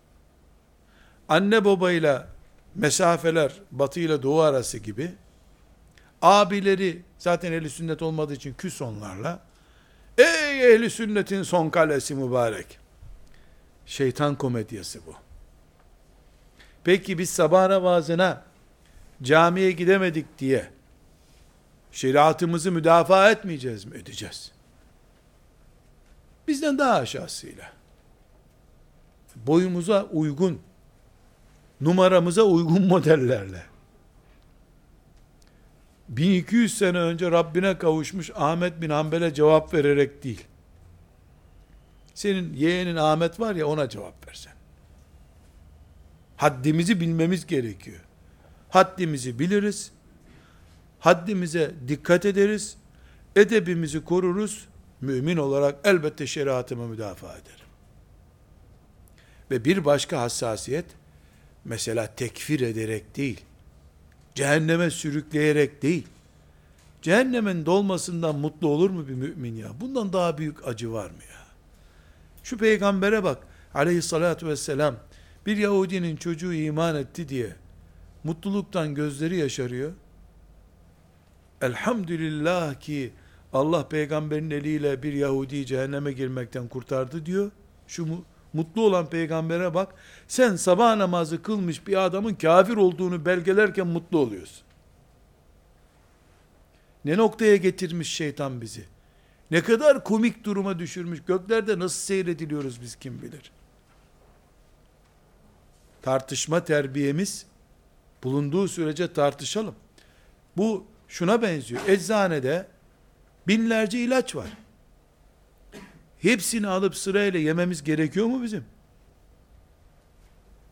Anne babayla mesafeler batı ile doğu arası gibi. Abileri zaten ehl-i sünnet olmadığı için küs onlarla. Ey ehl-i sünnetin son kalesi mübarek. Şeytan komedyası bu. Peki biz sabah namazına camiye gidemedik diye şeriatımızı müdafaa etmeyeceğiz mi? Edeceğiz. Bizden daha aşağısıyla. Boyumuza uygun, numaramıza uygun modellerle. bin iki yüz sene önce Rabbine kavuşmuş Ahmet bin Hanbel'e cevap vererek değil. Senin yeğenin Ahmet var ya, ona cevap versen. Haddimizi bilmemiz gerekiyor. Haddimizi biliriz. Haddimize dikkat ederiz. Edebimizi koruruz. Mümin olarak elbette şeriatımı müdafaa ederim. Ve bir başka hassasiyet, mesela tekfir ederek değil, cehenneme sürükleyerek değil, cehennemin dolmasından mutlu olur mu bir mümin ya? Bundan daha büyük acı var mı ya? Şu peygambere bak, aleyhissalatü vesselam, bir Yahudinin çocuğu iman etti diye, mutluluktan gözleri yaşarıyor. Elhamdülillah ki, Allah peygamberin eliyle bir Yahudi cehenneme girmekten kurtardı diyor. Şu mu, mutlu olan peygambere bak, sen sabah namazı kılmış bir adamın kafir olduğunu belgelerken mutlu oluyorsun. Ne noktaya getirmiş şeytan bizi? Ne kadar komik duruma düşürmüş, göklerde nasıl seyrediliyoruz biz kim bilir. Tartışma terbiyemiz bulunduğu sürece tartışalım. Bu şuna benziyor, eczanede binlerce ilaç var. Hepsini alıp sırayla yememiz gerekiyor mu bizim?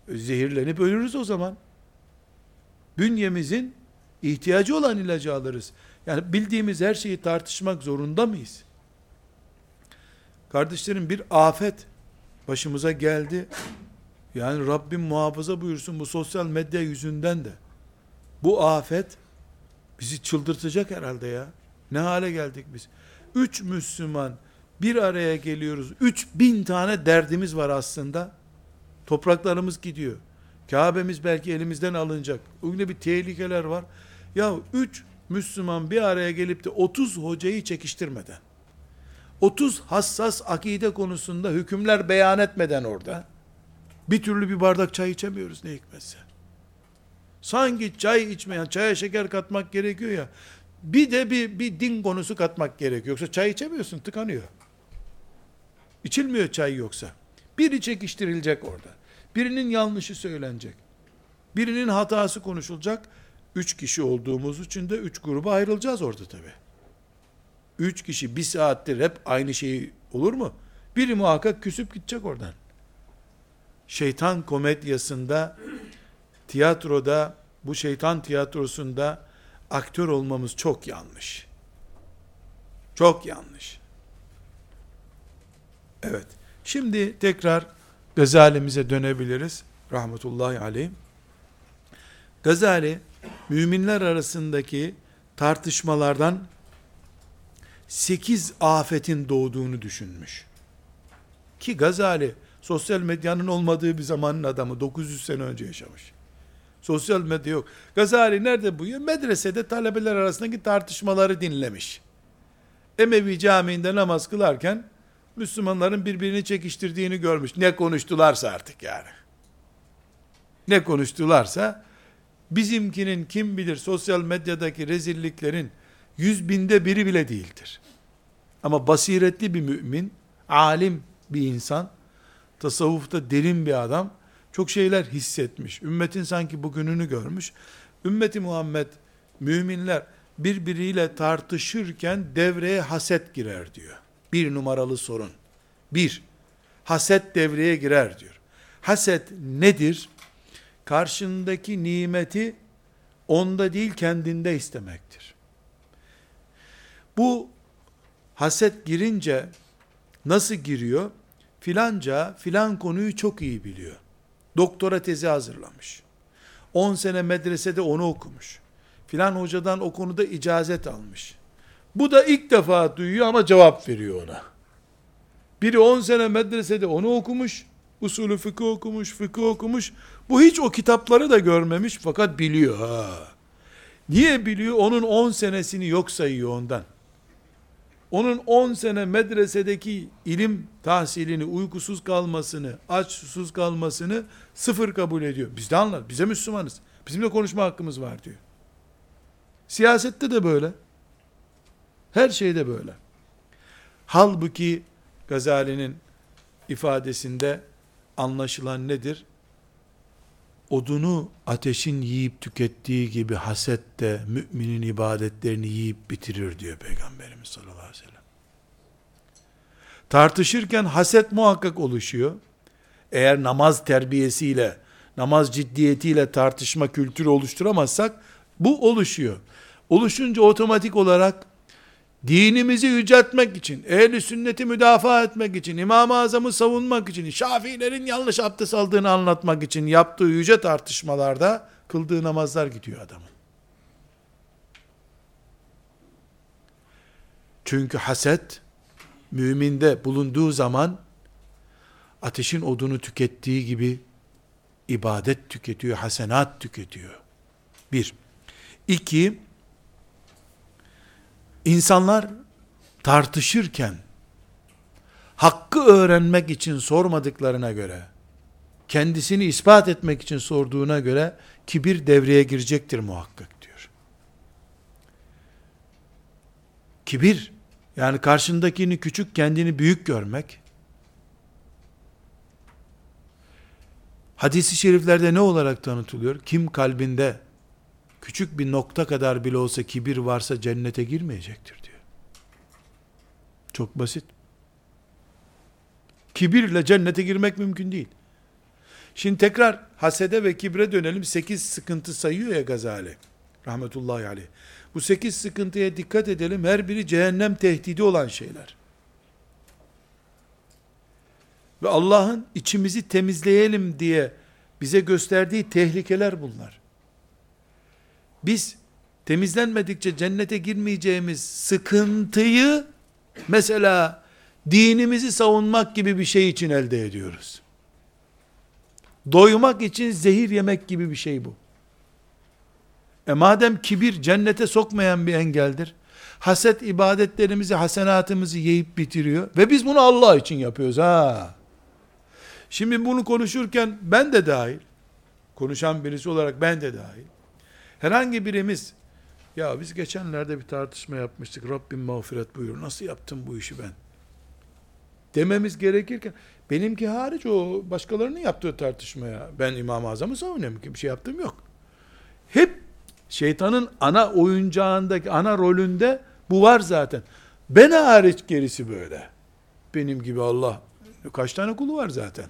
Zehirlenip ölürüz o zaman. Bünyemizin ihtiyacı olan ilacı alırız. Yani bildiğimiz her şeyi tartışmak zorunda mıyız? Kardeşlerim, bir afet başımıza geldi. Yani Rabbim muhafaza buyursun bu sosyal medya yüzünden de. Bu afet bizi çıldırtacak herhalde ya. Ne hale geldik biz? Üç Müslüman bir araya geliyoruz. Üç bin tane derdimiz var aslında. Topraklarımız gidiyor. Kabe'miz belki elimizden alınacak. Öyle bir tehlikeler var. Ya üç Müslüman bir araya gelip de otuz hocayı çekiştirmeden, otuz hassas akide konusunda hükümler beyan etmeden orada, bir türlü bir bardak çay içemiyoruz ne hikmetse. Sanki çay içmeyen, çaya şeker katmak gerekiyor ya, bir de bir, bir din konusu katmak gerekiyor. Yoksa çay içemiyorsun, tıkanıyor. İçilmiyor çay yoksa. Biri çekiştirilecek orada. Birinin yanlışı söylenecek. Birinin hatası konuşulacak. Üç kişi olduğumuz için de üç gruba ayrılacağız orada tabi. Üç kişi bir saattir hep aynı şeyi olur mu? Biri muhakkak küsüp gidecek oradan. Şeytan komedyasında, tiyatroda, bu şeytan tiyatrosunda aktör olmamız çok yanlış. Çok yanlış. Evet. Şimdi tekrar Gazali'mize dönebiliriz. Rahmetullahi aleyh. Gazali, müminler arasındaki tartışmalardan sekiz afetin doğduğunu düşünmüş. Ki Gazali, sosyal medyanın olmadığı bir zamanın adamı, dokuz yüz sene önce yaşamış. Sosyal medya yok. Gazali nerede buyuruyor? Medresede talebeler arasındaki tartışmaları dinlemiş. Emevi Camii'nde namaz kılarken, Müslümanların birbirini çekiştirdiğini görmüş. Ne konuştularsa artık yani. Ne konuştularsa, bizimkinin kim bilir sosyal medyadaki rezilliklerin yüz binde biri bile değildir. Ama basiretli bir mümin, alim bir insan, tasavvufta derin bir adam, çok şeyler hissetmiş. Ümmetin sanki bugününü görmüş. Ümmeti Muhammed, müminler birbiriyle tartışırken devreye haset girer diyor. Bir numaralı sorun. Bir, haset devreye girer diyor. Haset nedir? Karşındaki nimeti onda değil kendinde istemektir. Bu haset girince nasıl giriyor? Filanca filan konuyu çok iyi biliyor. Doktora tezi hazırlamış. on sene medresede onu okumuş. Filan hocadan o konuda icazet almış. Bu da ilk defa duyuyor ama cevap veriyor ona. Biri on sene medresede onu okumuş, usulü fıkıh okumuş, fıkıh okumuş. Bu hiç o kitapları da görmemiş fakat biliyor. Ha. Niye biliyor? Onun on senesini yok sayıyor ondan. Onun on sene medresedeki ilim tahsilini, uykusuz kalmasını, aç susuz kalmasını sıfır kabul ediyor. Biz de anlar, bize Müslümanız. Bizim de konuşma hakkımız var diyor. Siyasette de böyle. Her şeyde böyle. Halbuki Gazali'nin ifadesinde anlaşılan nedir? Odunu ateşin yiyip tükettiği gibi haset de müminin ibadetlerini yiyip bitirir diyor Peygamberimiz sallallahu aleyhi ve sellem. Tartışırken haset muhakkak oluşuyor. Eğer namaz terbiyesiyle, namaz ciddiyetiyle tartışma kültürü oluşturamazsak bu oluşuyor. Oluşunca otomatik olarak dinimizi yüceltmek için, ehl-i sünneti müdafaa etmek için, İmam-ı Azam'ı savunmak için, Şafiilerin yanlış abdest aldığını anlatmak için yaptığı yüce tartışmalarda kıldığı namazlar gidiyor adamın. Çünkü haset müminde bulunduğu zaman ateşin odunu tükettiği gibi ibadet tüketiyor, hasenat tüketiyor. Bir. İki, İnsanlar tartışırken hakkı öğrenmek için sormadıklarına göre, kendisini ispat etmek için sorduğuna göre kibir devreye girecektir muhakkak diyor. Kibir, yani karşındakini küçük, kendini büyük görmek. Hadis-i şeriflerde ne olarak tanıtılıyor? Kim kalbinde küçük bir nokta kadar bile olsa kibir varsa cennete girmeyecektir diyor. Çok basit. Kibirle cennete girmek mümkün değil. Şimdi tekrar hasede ve kibre dönelim. Sekiz sıkıntı sayıyor ya Gazali, rahmetullahi aleyh. Bu sekiz sıkıntıya dikkat edelim. Her biri cehennem tehdidi olan şeyler. Ve Allah'ın içimizi temizleyelim diye bize gösterdiği tehlikeler bunlar. Biz temizlenmedikçe cennete girmeyeceğimiz sıkıntıyı mesela dinimizi savunmak gibi bir şey için elde ediyoruz. Doymak için zehir yemek gibi bir şey bu. E madem kibir cennete sokmayan bir engeldir, haset ibadetlerimizi, hasenatımızı yiyip bitiriyor ve biz bunu Allah için yapıyoruz ha. Şimdi bunu konuşurken ben de dahil, konuşan birisi olarak ben de dahil, herhangi birimiz, ya biz geçenlerde bir tartışma yapmıştık, Rabbim mağfiret buyur, nasıl yaptım bu işi ben? Dememiz gerekirken, benimki hariç o başkalarının yaptığı tartışmaya, ben İmam-ı Azam'ı savunuyorum ki bir şey yaptığım yok. Hep şeytanın ana oyuncağındaki, ana rolünde bu var zaten. Ben hariç gerisi böyle. Benim gibi Allah, kaç tane kulu var zaten.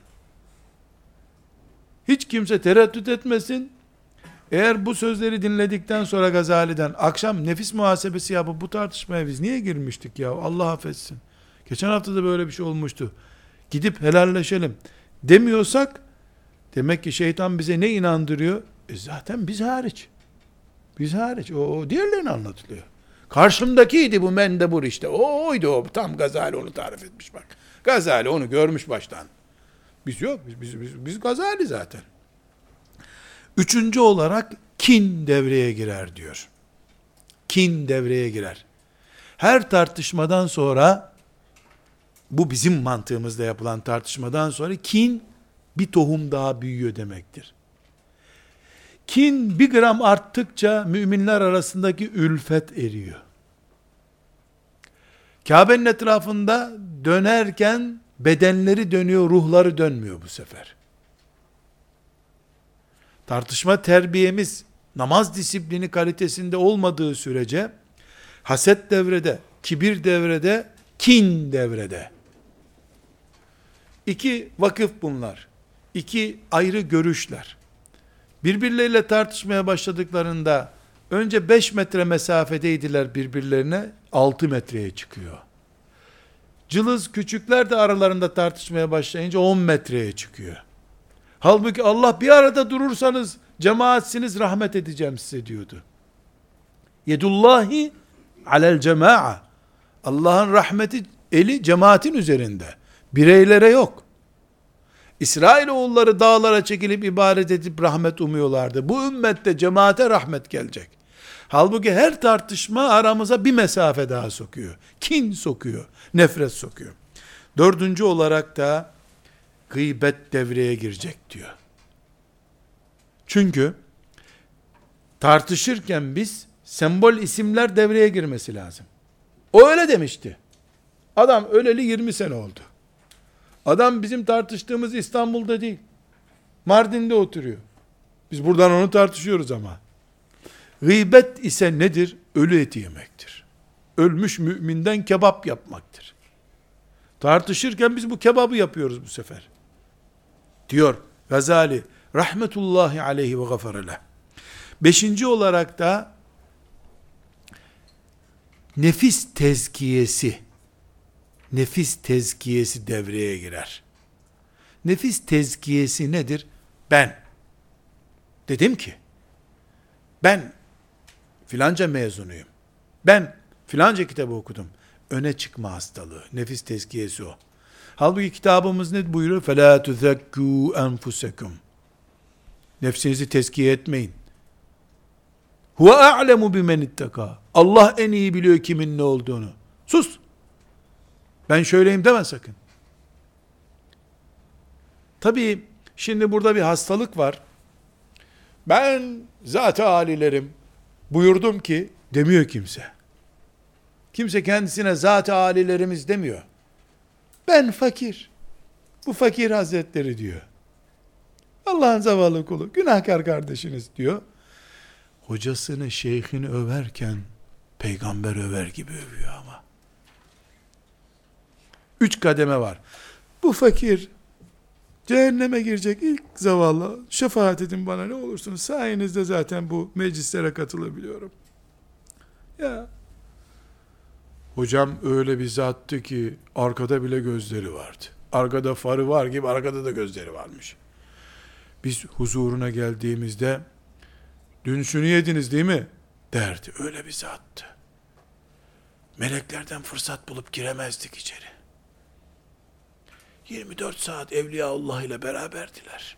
Hiç kimse tereddüt etmesin. Eğer bu sözleri dinledikten sonra Gazali'den akşam nefis muhasebesi yapıp bu tartışmaya biz niye girmiştik ya? Allah affetsin. Geçen hafta da böyle bir şey olmuştu. Gidip helalleşelim demiyorsak demek ki şeytan bize ne inandırıyor? E zaten biz hariç. Biz hariç. O, o diğerlerine anlatılıyor. Karşımdakiydi bu mendebur işte. O oydu o. Tam Gazali onu tarif etmiş bak. Gazali onu görmüş baştan. Biz yok. Biz, biz, biz, biz Gazali zaten. Üçüncü olarak kin devreye girer diyor. Kin devreye girer. Her tartışmadan sonra, bu bizim mantığımızda yapılan tartışmadan sonra kin bir tohum daha büyüyor demektir. Kin bir gram arttıkça müminler arasındaki ülfet eriyor. Kabe'nin etrafında dönerken bedenleri dönüyor, ruhları dönmüyor bu sefer. Tartışma terbiyemiz namaz disiplini kalitesinde olmadığı sürece haset devrede, kibir devrede, kin devrede. İki vakıf bunlar. İki ayrı görüşler. Birbirleriyle tartışmaya başladıklarında önce beş metre mesafedeydiler birbirlerine, altı metreye çıkıyor. Cılız küçükler de aralarında tartışmaya başlayınca on metreye çıkıyor. Halbuki Allah bir arada durursanız cemaatsiniz, rahmet edeceğim size diyordu. Yedullahi alel cema'a. Allah'ın rahmeti eli cemaatin üzerinde. Bireylere yok. İsrailoğulları dağlara çekilip ibadet edip rahmet umuyorlardı. Bu ümmette cemaate rahmet gelecek. Halbuki her tartışma aramıza bir mesafe daha sokuyor. Kin sokuyor, nefret sokuyor. Dördüncü olarak da gıybet devreye girecek diyor. Çünkü tartışırken biz sembol isimler devreye girmesi lazım. O öyle demişti. Adam öleli yirmi sene oldu. Adam bizim tartıştığımız İstanbul'da değil, Mardin'de oturuyor. Biz buradan onu tartışıyoruz ama. Gıybet ise nedir? Ölü eti yemektir. Ölmüş müminden kebap yapmaktır. Tartışırken biz bu kebabı yapıyoruz bu sefer. Diyor Gazali rahmetullahi aleyhi ve gafareleh. Beşinci olarak da nefis tezkiyesi, nefis tezkiyesi devreye girer. Nefis tezkiyesi nedir? Ben dedim ki, ben filanca mezunuyum, ben filanca kitabı okudum. Öne çıkma hastalığı, nefis tezkiyesi o. Halbuki kitabımız ne buyuruyor? فَلَا تُذَكُّوا أَنْفُسَكُمْ. Nefsinizi tezkiye etmeyin. هُوَ أَعْلَمُ بِمَنِ اتَّقَى. Allah en iyi biliyor kimin ne olduğunu. Sus. Ben şöyleyim deme sakın. Tabii şimdi burada bir hastalık var. Ben zat-ı alilerim buyurdum ki demiyor kimse. Kimse kendisine zat-ı alilerimiz demiyor. Ben fakir. Bu fakir hazretleri diyor. Allah'ın zavallı kulu, günahkar kardeşiniz diyor. Hocasını, şeyhini överken peygamber över gibi övüyor ama. Üç kademe var. Bu fakir, Cehenneme girecek ilk zavallı, şefaat edin bana ne olursunuz, sayenizde zaten bu meclislere katılabiliyorum. Ya hocam öyle bir zattı ki arkada bile gözleri vardı. Arkada farı var gibi arkada da gözleri varmış. Biz huzuruna geldiğimizde dün şunu yediniz değil mi derdi. Öyle bir zattı. Meleklerden fırsat bulup giremezdik içeri. yirmi dört saat Evliyaullah ile beraberdiler.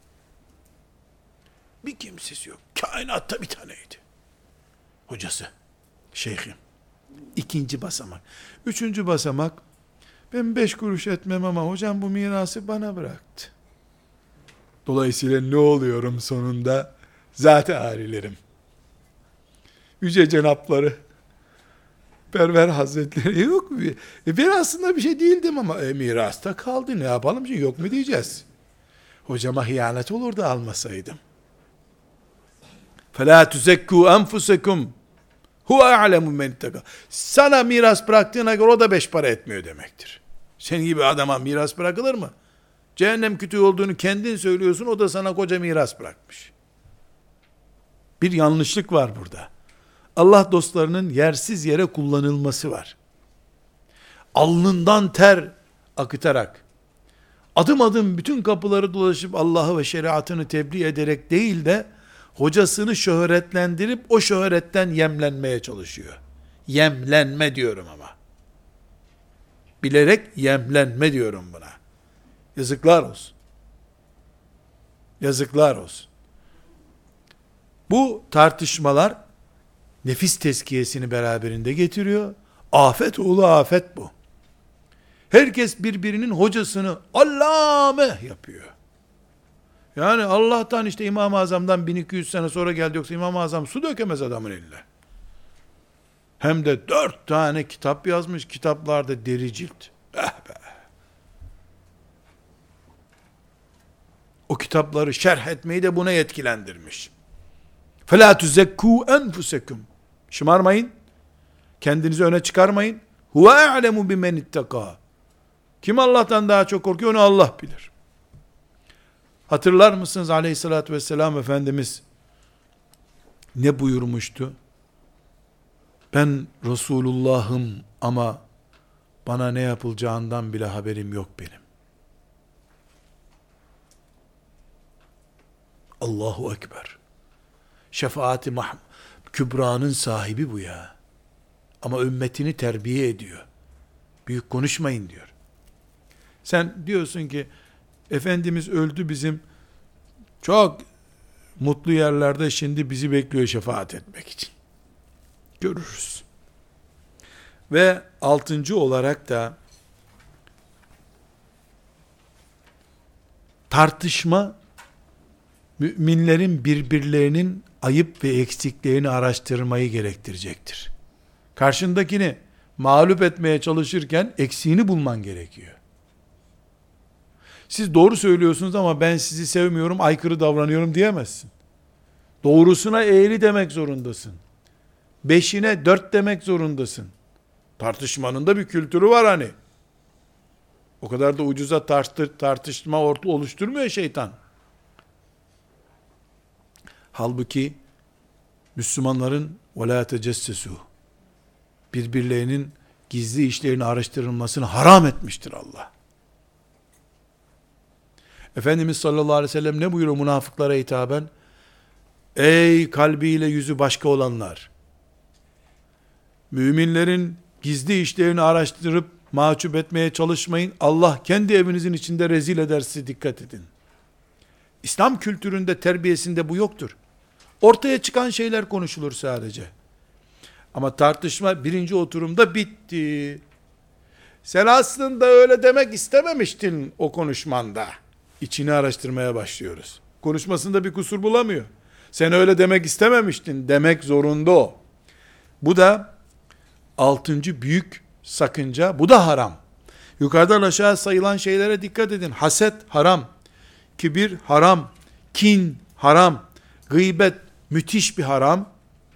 Bir kimsesi yok. Kainatta bir taneydi. Hocası, şeyhim. İkinci basamak. Üçüncü basamak, ben beş kuruş etmem ama hocam bu mirası bana bıraktı. Dolayısıyla ne oluyorum sonunda? Zat-ı âlilerim. Yüce cenapları, Perver Hazretleri yok mu? E ben aslında bir şey değildim ama e, mirasta kaldı. Ne yapalım ki? Yok mu diyeceğiz? Hocama hıyanet olurdu almasaydım. فَلَا تُزَكُّوا أَنْفُسَكُمْ هُوَ أَعْلَمُ مَنْ اتَّقَى. Sana miras bıraktığına göre o da beş para etmiyor demektir. Senin gibi adama miras bırakılır mı? Cehennem kütüğü olduğunu kendin söylüyorsun, o da sana koca miras bırakmış. Bir yanlışlık var burada. Allah dostlarının yersiz yere kullanılması var. Alnından ter akıtarak, adım adım bütün kapıları dolaşıp Allah'ı ve şeriatını tebliğ ederek değil de, hocasını şöhretlendirip o şöhretten yemlenmeye çalışıyor. Yemlenme diyorum ama. Bilerek yemlenme diyorum buna. Yazıklar olsun. Yazıklar olsun. Bu tartışmalar nefis tezkiyesini beraberinde getiriyor. Afet oğlu afet bu. Herkes birbirinin hocasını allame yapıyor. Yani Allah'tan işte İmam-ı Azam'dan bin iki yüz sene sonra geldi, yoksa İmam-ı Azam su dökemez adamın eline. Hem de dört tane kitap yazmış, kitaplarda deri cilt. Eh be. O kitapları şerh etmeyi de buna yetkilendirmiş. فَلَا تُزَكُّوا أَنْفُسَكُمْ. Şımarmayın, kendinizi öne çıkarmayın. هُوَ أَعْلَمُ بِمَنِ اتَّقَى. Kim Allah'tan daha çok korkuyor, onu Allah bilir. Hatırlar mısınız aleyhissalatü vesselam Efendimiz ne buyurmuştu? Ben Resulullah'ım ama bana ne yapılacağından bile haberim yok benim. Allahu Ekber. Şefaati Mah- Kübra'nın sahibi bu ya. Ama ümmetini terbiye ediyor. Büyük konuşmayın diyor. Sen diyorsun ki, Efendimiz öldü, bizim çok mutlu yerlerde şimdi bizi bekliyor şefaat etmek için. Görürüz. Ve altıncı olarak da tartışma, müminlerin birbirlerinin ayıp ve eksiklerini araştırmayı gerektirecektir. Karşındakini mağlup etmeye çalışırken eksiğini bulman gerekiyor. Siz doğru söylüyorsunuz ama ben sizi sevmiyorum, aykırı davranıyorum diyemezsin. Doğrusuna eğri demek zorundasın. Beşine dört demek zorundasın. Tartışmanın da bir kültürü var hani. O kadar da ucuza tartı, tartışma orta oluşturmuyor şeytan. Halbuki Müslümanların وَلَا تَجَسَّسُوا birbirlerinin gizli işlerini araştırılmasını haram etmiştir Allah. Efendimiz sallallahu aleyhi ve sellem ne buyuruyor münafıklara hitaben? Ey kalbiyle yüzü başka olanlar! Müminlerin gizli işlerini araştırıp mahcup etmeye çalışmayın. Allah kendi evinizin içinde rezil eder sizi, dikkat edin. İslam kültüründe, terbiyesinde bu yoktur. Ortaya çıkan şeyler konuşulur sadece. Ama tartışma birinci oturumda bitti. Sen aslında öyle demek istememiştin o konuşmanda. İçini araştırmaya başlıyoruz. Konuşmasında bir kusur bulamıyor. Sen öyle demek istememiştin demek zorunda o. Bu da altıncı büyük sakınca. Bu da haram. Yukarıdan aşağı sayılan şeylere dikkat edin. Haset haram. Kibir haram. Kin haram. Gıybet müthiş bir haram.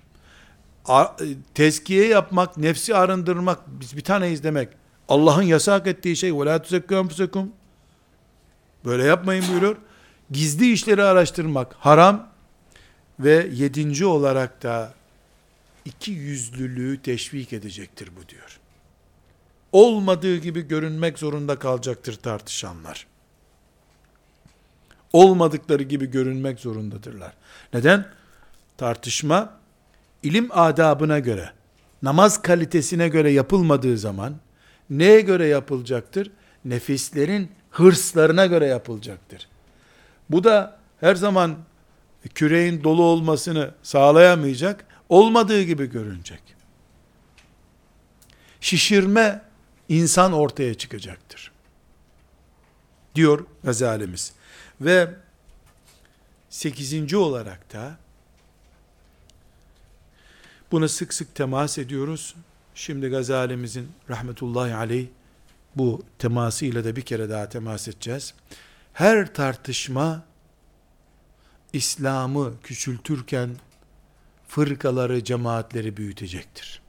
Tezkiye yapmak, nefsi arındırmak, biz bir taneyiz demek. Allah'ın yasak ettiği şey وَلَا تُزَكُّوا أَنْفُسَكُمْ Böyle yapmayın buyuruyor. Gizli işleri araştırmak haram ve yedinci olarak da iki yüzlülüğü teşvik edecektir bu diyor. Olmadığı gibi görünmek zorunda kalacaktır tartışanlar. Olmadıkları gibi görünmek zorundadırlar. Neden? Tartışma ilim adabına göre, namaz kalitesine göre yapılmadığı zaman neye göre yapılacaktır? Nefislerin hırslarına göre yapılacaktır. Bu da her zaman küreğin dolu olmasını sağlayamayacak, olmadığı gibi görünecek. Şişirme insan ortaya çıkacaktır, diyor Gazalimiz. Ve sekizinci olarak da buna sık sık temas ediyoruz. Şimdi Gazalimizin rahmetullahi aleyh bu temasıyla da bir kere daha temas edeceğiz. Her tartışma İslam'ı küçültürken fırkaları, cemaatleri büyütecektir.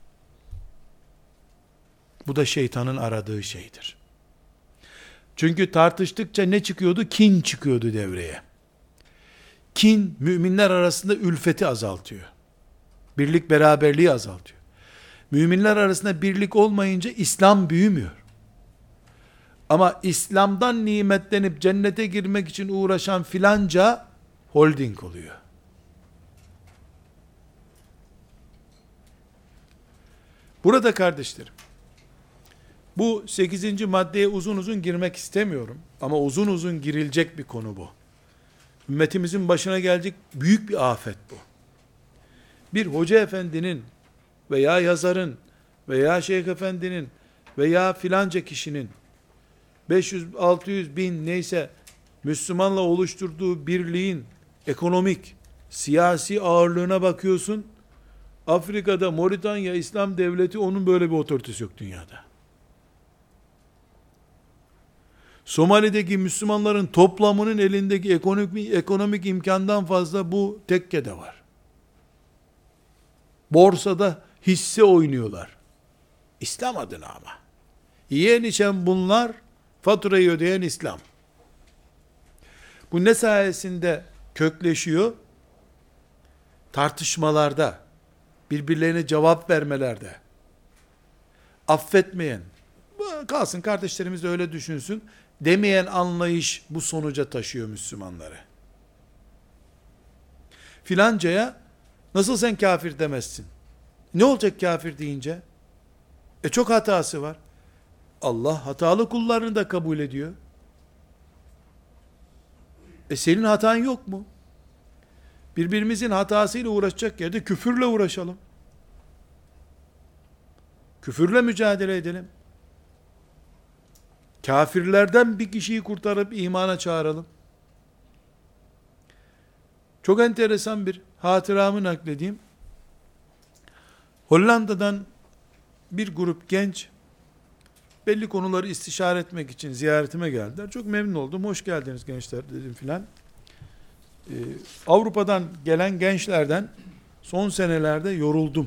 Bu da şeytanın aradığı şeydir. Çünkü tartıştıkça ne çıkıyordu? Kin çıkıyordu devreye. Kin, müminler arasında ülfeti azaltıyor. Birlik beraberliği azaltıyor. Müminler arasında birlik olmayınca İslam büyümüyor. Ama İslam'dan nimetlenip cennete girmek için uğraşan filanca holding oluyor. Burada kardeşlerim, bu sekizinci maddeye uzun uzun girmek istemiyorum. Ama uzun uzun girilecek bir konu bu. Ümmetimizin başına gelecek büyük bir afet bu. Bir hoca efendinin veya yazarın veya şeyh efendinin veya filanca kişinin beş yüz altı yüz bin neyse Müslümanla oluşturduğu birliğin ekonomik, siyasi ağırlığına bakıyorsun. Afrika'da Moritanya İslam Devleti, onun böyle bir otoritesi yok dünyada. Somali'deki Müslümanların toplamının elindeki ekonomik, ekonomik imkandan fazla bu tekkede var. Borsada hisse oynuyorlar. İslam adına ama. Yiyen içen bunlar, faturayı ödeyen İslam. Bu ne sayesinde kökleşiyor? Tartışmalarda, birbirlerine cevap vermelerde, affetmeyen, kalsın kardeşlerimiz de öyle düşünsün demeyen anlayış bu sonuca taşıyor Müslümanları. Filancaya nasıl sen kafir demezsin? Ne olacak kafir deyince? E çok hatası var. Allah hatalı kullarını da kabul ediyor. E senin hatan yok mu? Birbirimizin hatasıyla uğraşacak yerde küfürle uğraşalım. Küfürle mücadele edelim. Kafirlerden bir kişiyi kurtarıp imana çağıralım. Çok enteresan bir hatıramı nakledeyim. Hollanda'dan bir grup genç belli konuları istişare etmek için ziyaretime geldiler. Çok memnun oldum. Hoş geldiniz gençler dedim filan. Ee, Avrupa'dan gelen gençlerden son senelerde yoruldum.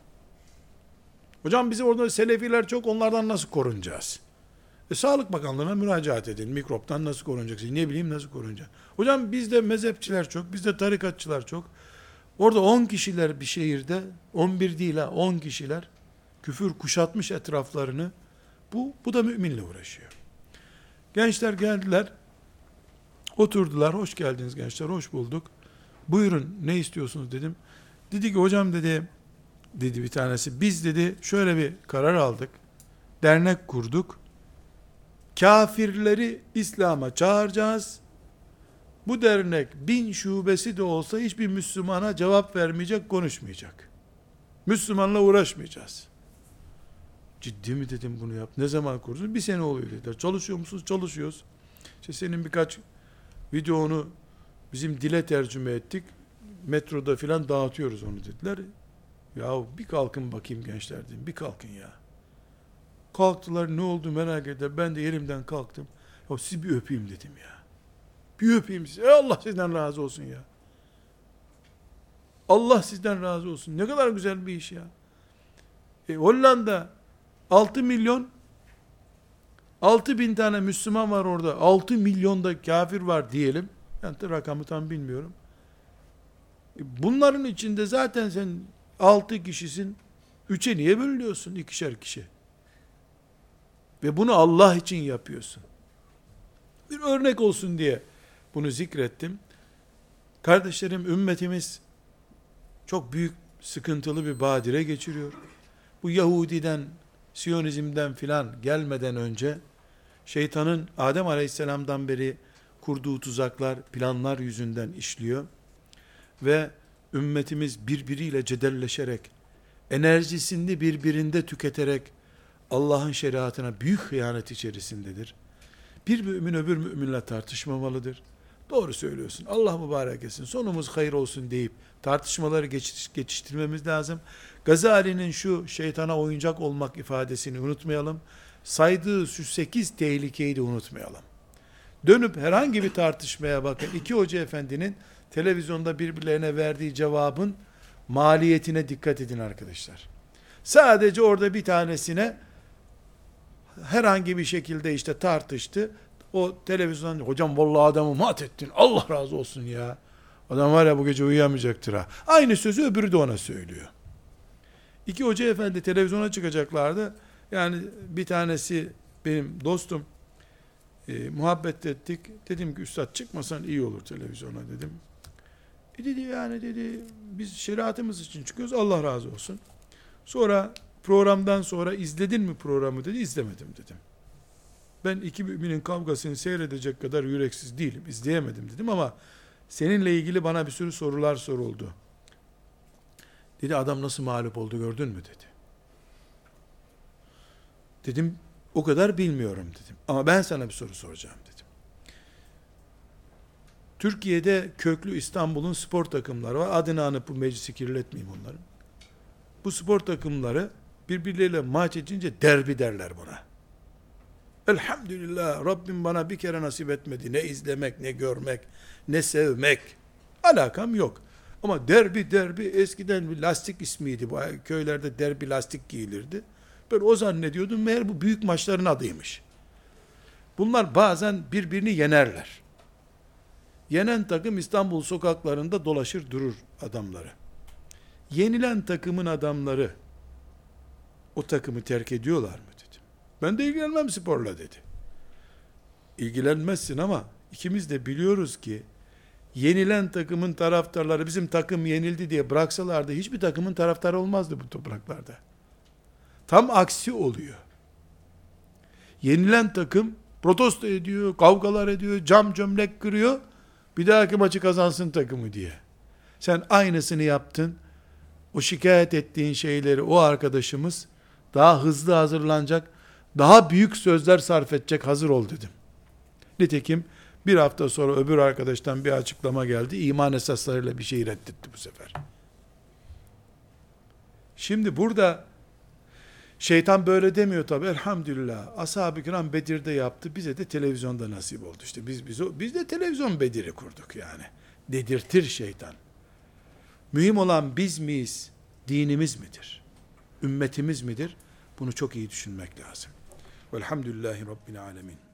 Hocam bizi orada Selefiler çok, onlardan nasıl korunacağız? E, Sağlık Bakanlığı'na müracaat edin. Mikroptan nasıl korunacaksın? Ne bileyim nasıl korunacaksın? Hocam bizde mezhepçiler çok, bizde tarikatçılar çok. Orada on kişiler bir şehirde, on bir değil ha, on kişiler küfür kuşatmış etraflarını. Bu, bu da müminle uğraşıyor. Gençler geldiler, oturdular. Hoş geldiniz gençler, hoş bulduk. Buyurun, ne istiyorsunuz dedim. Dedi ki hocam dedi, dedi bir tanesi, biz dedi şöyle bir karar aldık. Dernek kurduk. Kafirleri İslam'a çağıracağız. Bu dernek bin şubesi de olsa hiçbir Müslümana cevap vermeyecek, konuşmayacak. Müslümanla uğraşmayacağız. Ciddi mi dedim, bunu yap. Ne zaman kurdun? Bir sene oluyor dediler. Çalışıyor musunuz? Çalışıyoruz. İşte senin birkaç videonu bizim dile tercüme ettik. Metroda filan dağıtıyoruz onu dediler. Ya bir kalkın bakayım gençler dedim. Bir kalkın ya. Kalktılar, ne oldu merak ettiler. Ben de yerimden kalktım. Ya sizi bir öpeyim dedim ya. Bir öpeyim sizi. Ey Allah sizden razı olsun ya. Allah sizden razı olsun. Ne kadar güzel bir iş ya. E, Hollanda altı milyon altı bin tane Müslüman var orada. altı milyonda kafir var diyelim. Yani rakamı tam bilmiyorum. Bunların içinde zaten sen altı kişisin. üçe niye bölünüyorsun? İkişer kişi. Ve bunu Allah için yapıyorsun. Bir örnek olsun diye bunu zikrettim. Kardeşlerim, ümmetimiz çok büyük sıkıntılı bir badire geçiriyor. Bu Yahudiden, Siyonizmden filan gelmeden önce şeytanın Adem Aleyhisselam'dan beri kurduğu tuzaklar, planlar yüzünden işliyor. Ve ümmetimiz birbiriyle cedelleşerek, enerjisini birbirinde tüketerek Allah'ın şeriatına büyük hıyanet içerisindedir. Bir mümin öbür müminle tartışmamalıdır. Doğru söylüyorsun, Allah mübarek etsin, sonumuz hayır olsun deyip tartışmaları geç, geçiştirmemiz lazım. Gazali'nin şu şeytana oyuncak olmak ifadesini unutmayalım. Saydığı şu sekiz tehlikeyi de unutmayalım. Dönüp herhangi bir tartışmaya bakın. İki hoca efendinin televizyonda birbirlerine verdiği cevabın maliyetine dikkat edin arkadaşlar. Sadece orada bir tanesine herhangi bir şekilde işte tartıştı. O televizyondan, hocam vallahi adamı mat ettin, Allah razı olsun ya. Adam var ya bu gece uyuyamayacaktır ha. Aynı sözü öbürü de ona söylüyor. İki hoca efendi televizyona çıkacaklardı. Yani bir tanesi benim dostum, e, muhabbet ettik. Dedim ki üstad çıkmasan iyi olur televizyona dedim. E dedi yani dedi biz şeriatımız için çıkıyoruz, Allah razı olsun. Sonra programdan sonra izledin mi programı dedi, izlemedim dedim. Ben iki müminin kavgasını seyredecek kadar yüreksiz değilim, izleyemedim dedim ama seninle ilgili bana bir sürü sorular soruldu. Dedi adam nasıl mağlup oldu gördün mü dedi. Dedim o kadar bilmiyorum dedim. Ama ben sana bir soru soracağım dedim. Türkiye'de köklü İstanbul'un spor takımları var. Adını anıp bu meclisi kirletmeyeyim onların. Bu spor takımları birbirleriyle maç edince derbi derler buna. Elhamdülillah Rabbim bana bir kere nasip etmedi. Ne izlemek, ne görmek, ne sevmek. Alakam yok. Ama derbi derbi eskiden bir lastik ismiydi. Bu köylerde derbi lastik giyilirdi. Ben o zannediyordum. Meğer bu büyük maçların adıymış. Bunlar bazen birbirini yenerler. Yenen takım İstanbul sokaklarında dolaşır durur adamları. Yenilen takımın adamları o takımı terk ediyorlar mı dedim. Ben de ilgilenmem sporla dedi. İlgilenmezsin ama ikimiz de biliyoruz ki yenilen takımın taraftarları bizim takım yenildi diye bıraksalardı hiçbir takımın taraftarı olmazdı bu topraklarda. Tam aksi oluyor. Yenilen takım protesto ediyor, kavgalar ediyor, cam cömlek kırıyor. Bir dahaki maçı kazansın takımı diye. Sen aynısını yaptın. O şikayet ettiğin şeyleri o arkadaşımız daha hızlı hazırlanacak, daha büyük sözler sarf edecek, hazır ol dedim. Nitekim bir hafta sonra öbür arkadaştan bir açıklama geldi. İman esaslarıyla bir şey reddetti bu sefer. Şimdi burada şeytan böyle demiyor tabi. Elhamdülillah. Ashab-ı kiram Bedir'de yaptı. Bize de televizyonda nasip oldu. İşte biz biz biz de televizyon Bedir'i kurduk yani. Dedirtir şeytan. Mühim olan biz miyiz? Dinimiz midir? Ümmetimiz midir? Bunu çok iyi düşünmek lazım. Velhamdülillahi Rabbil alemin.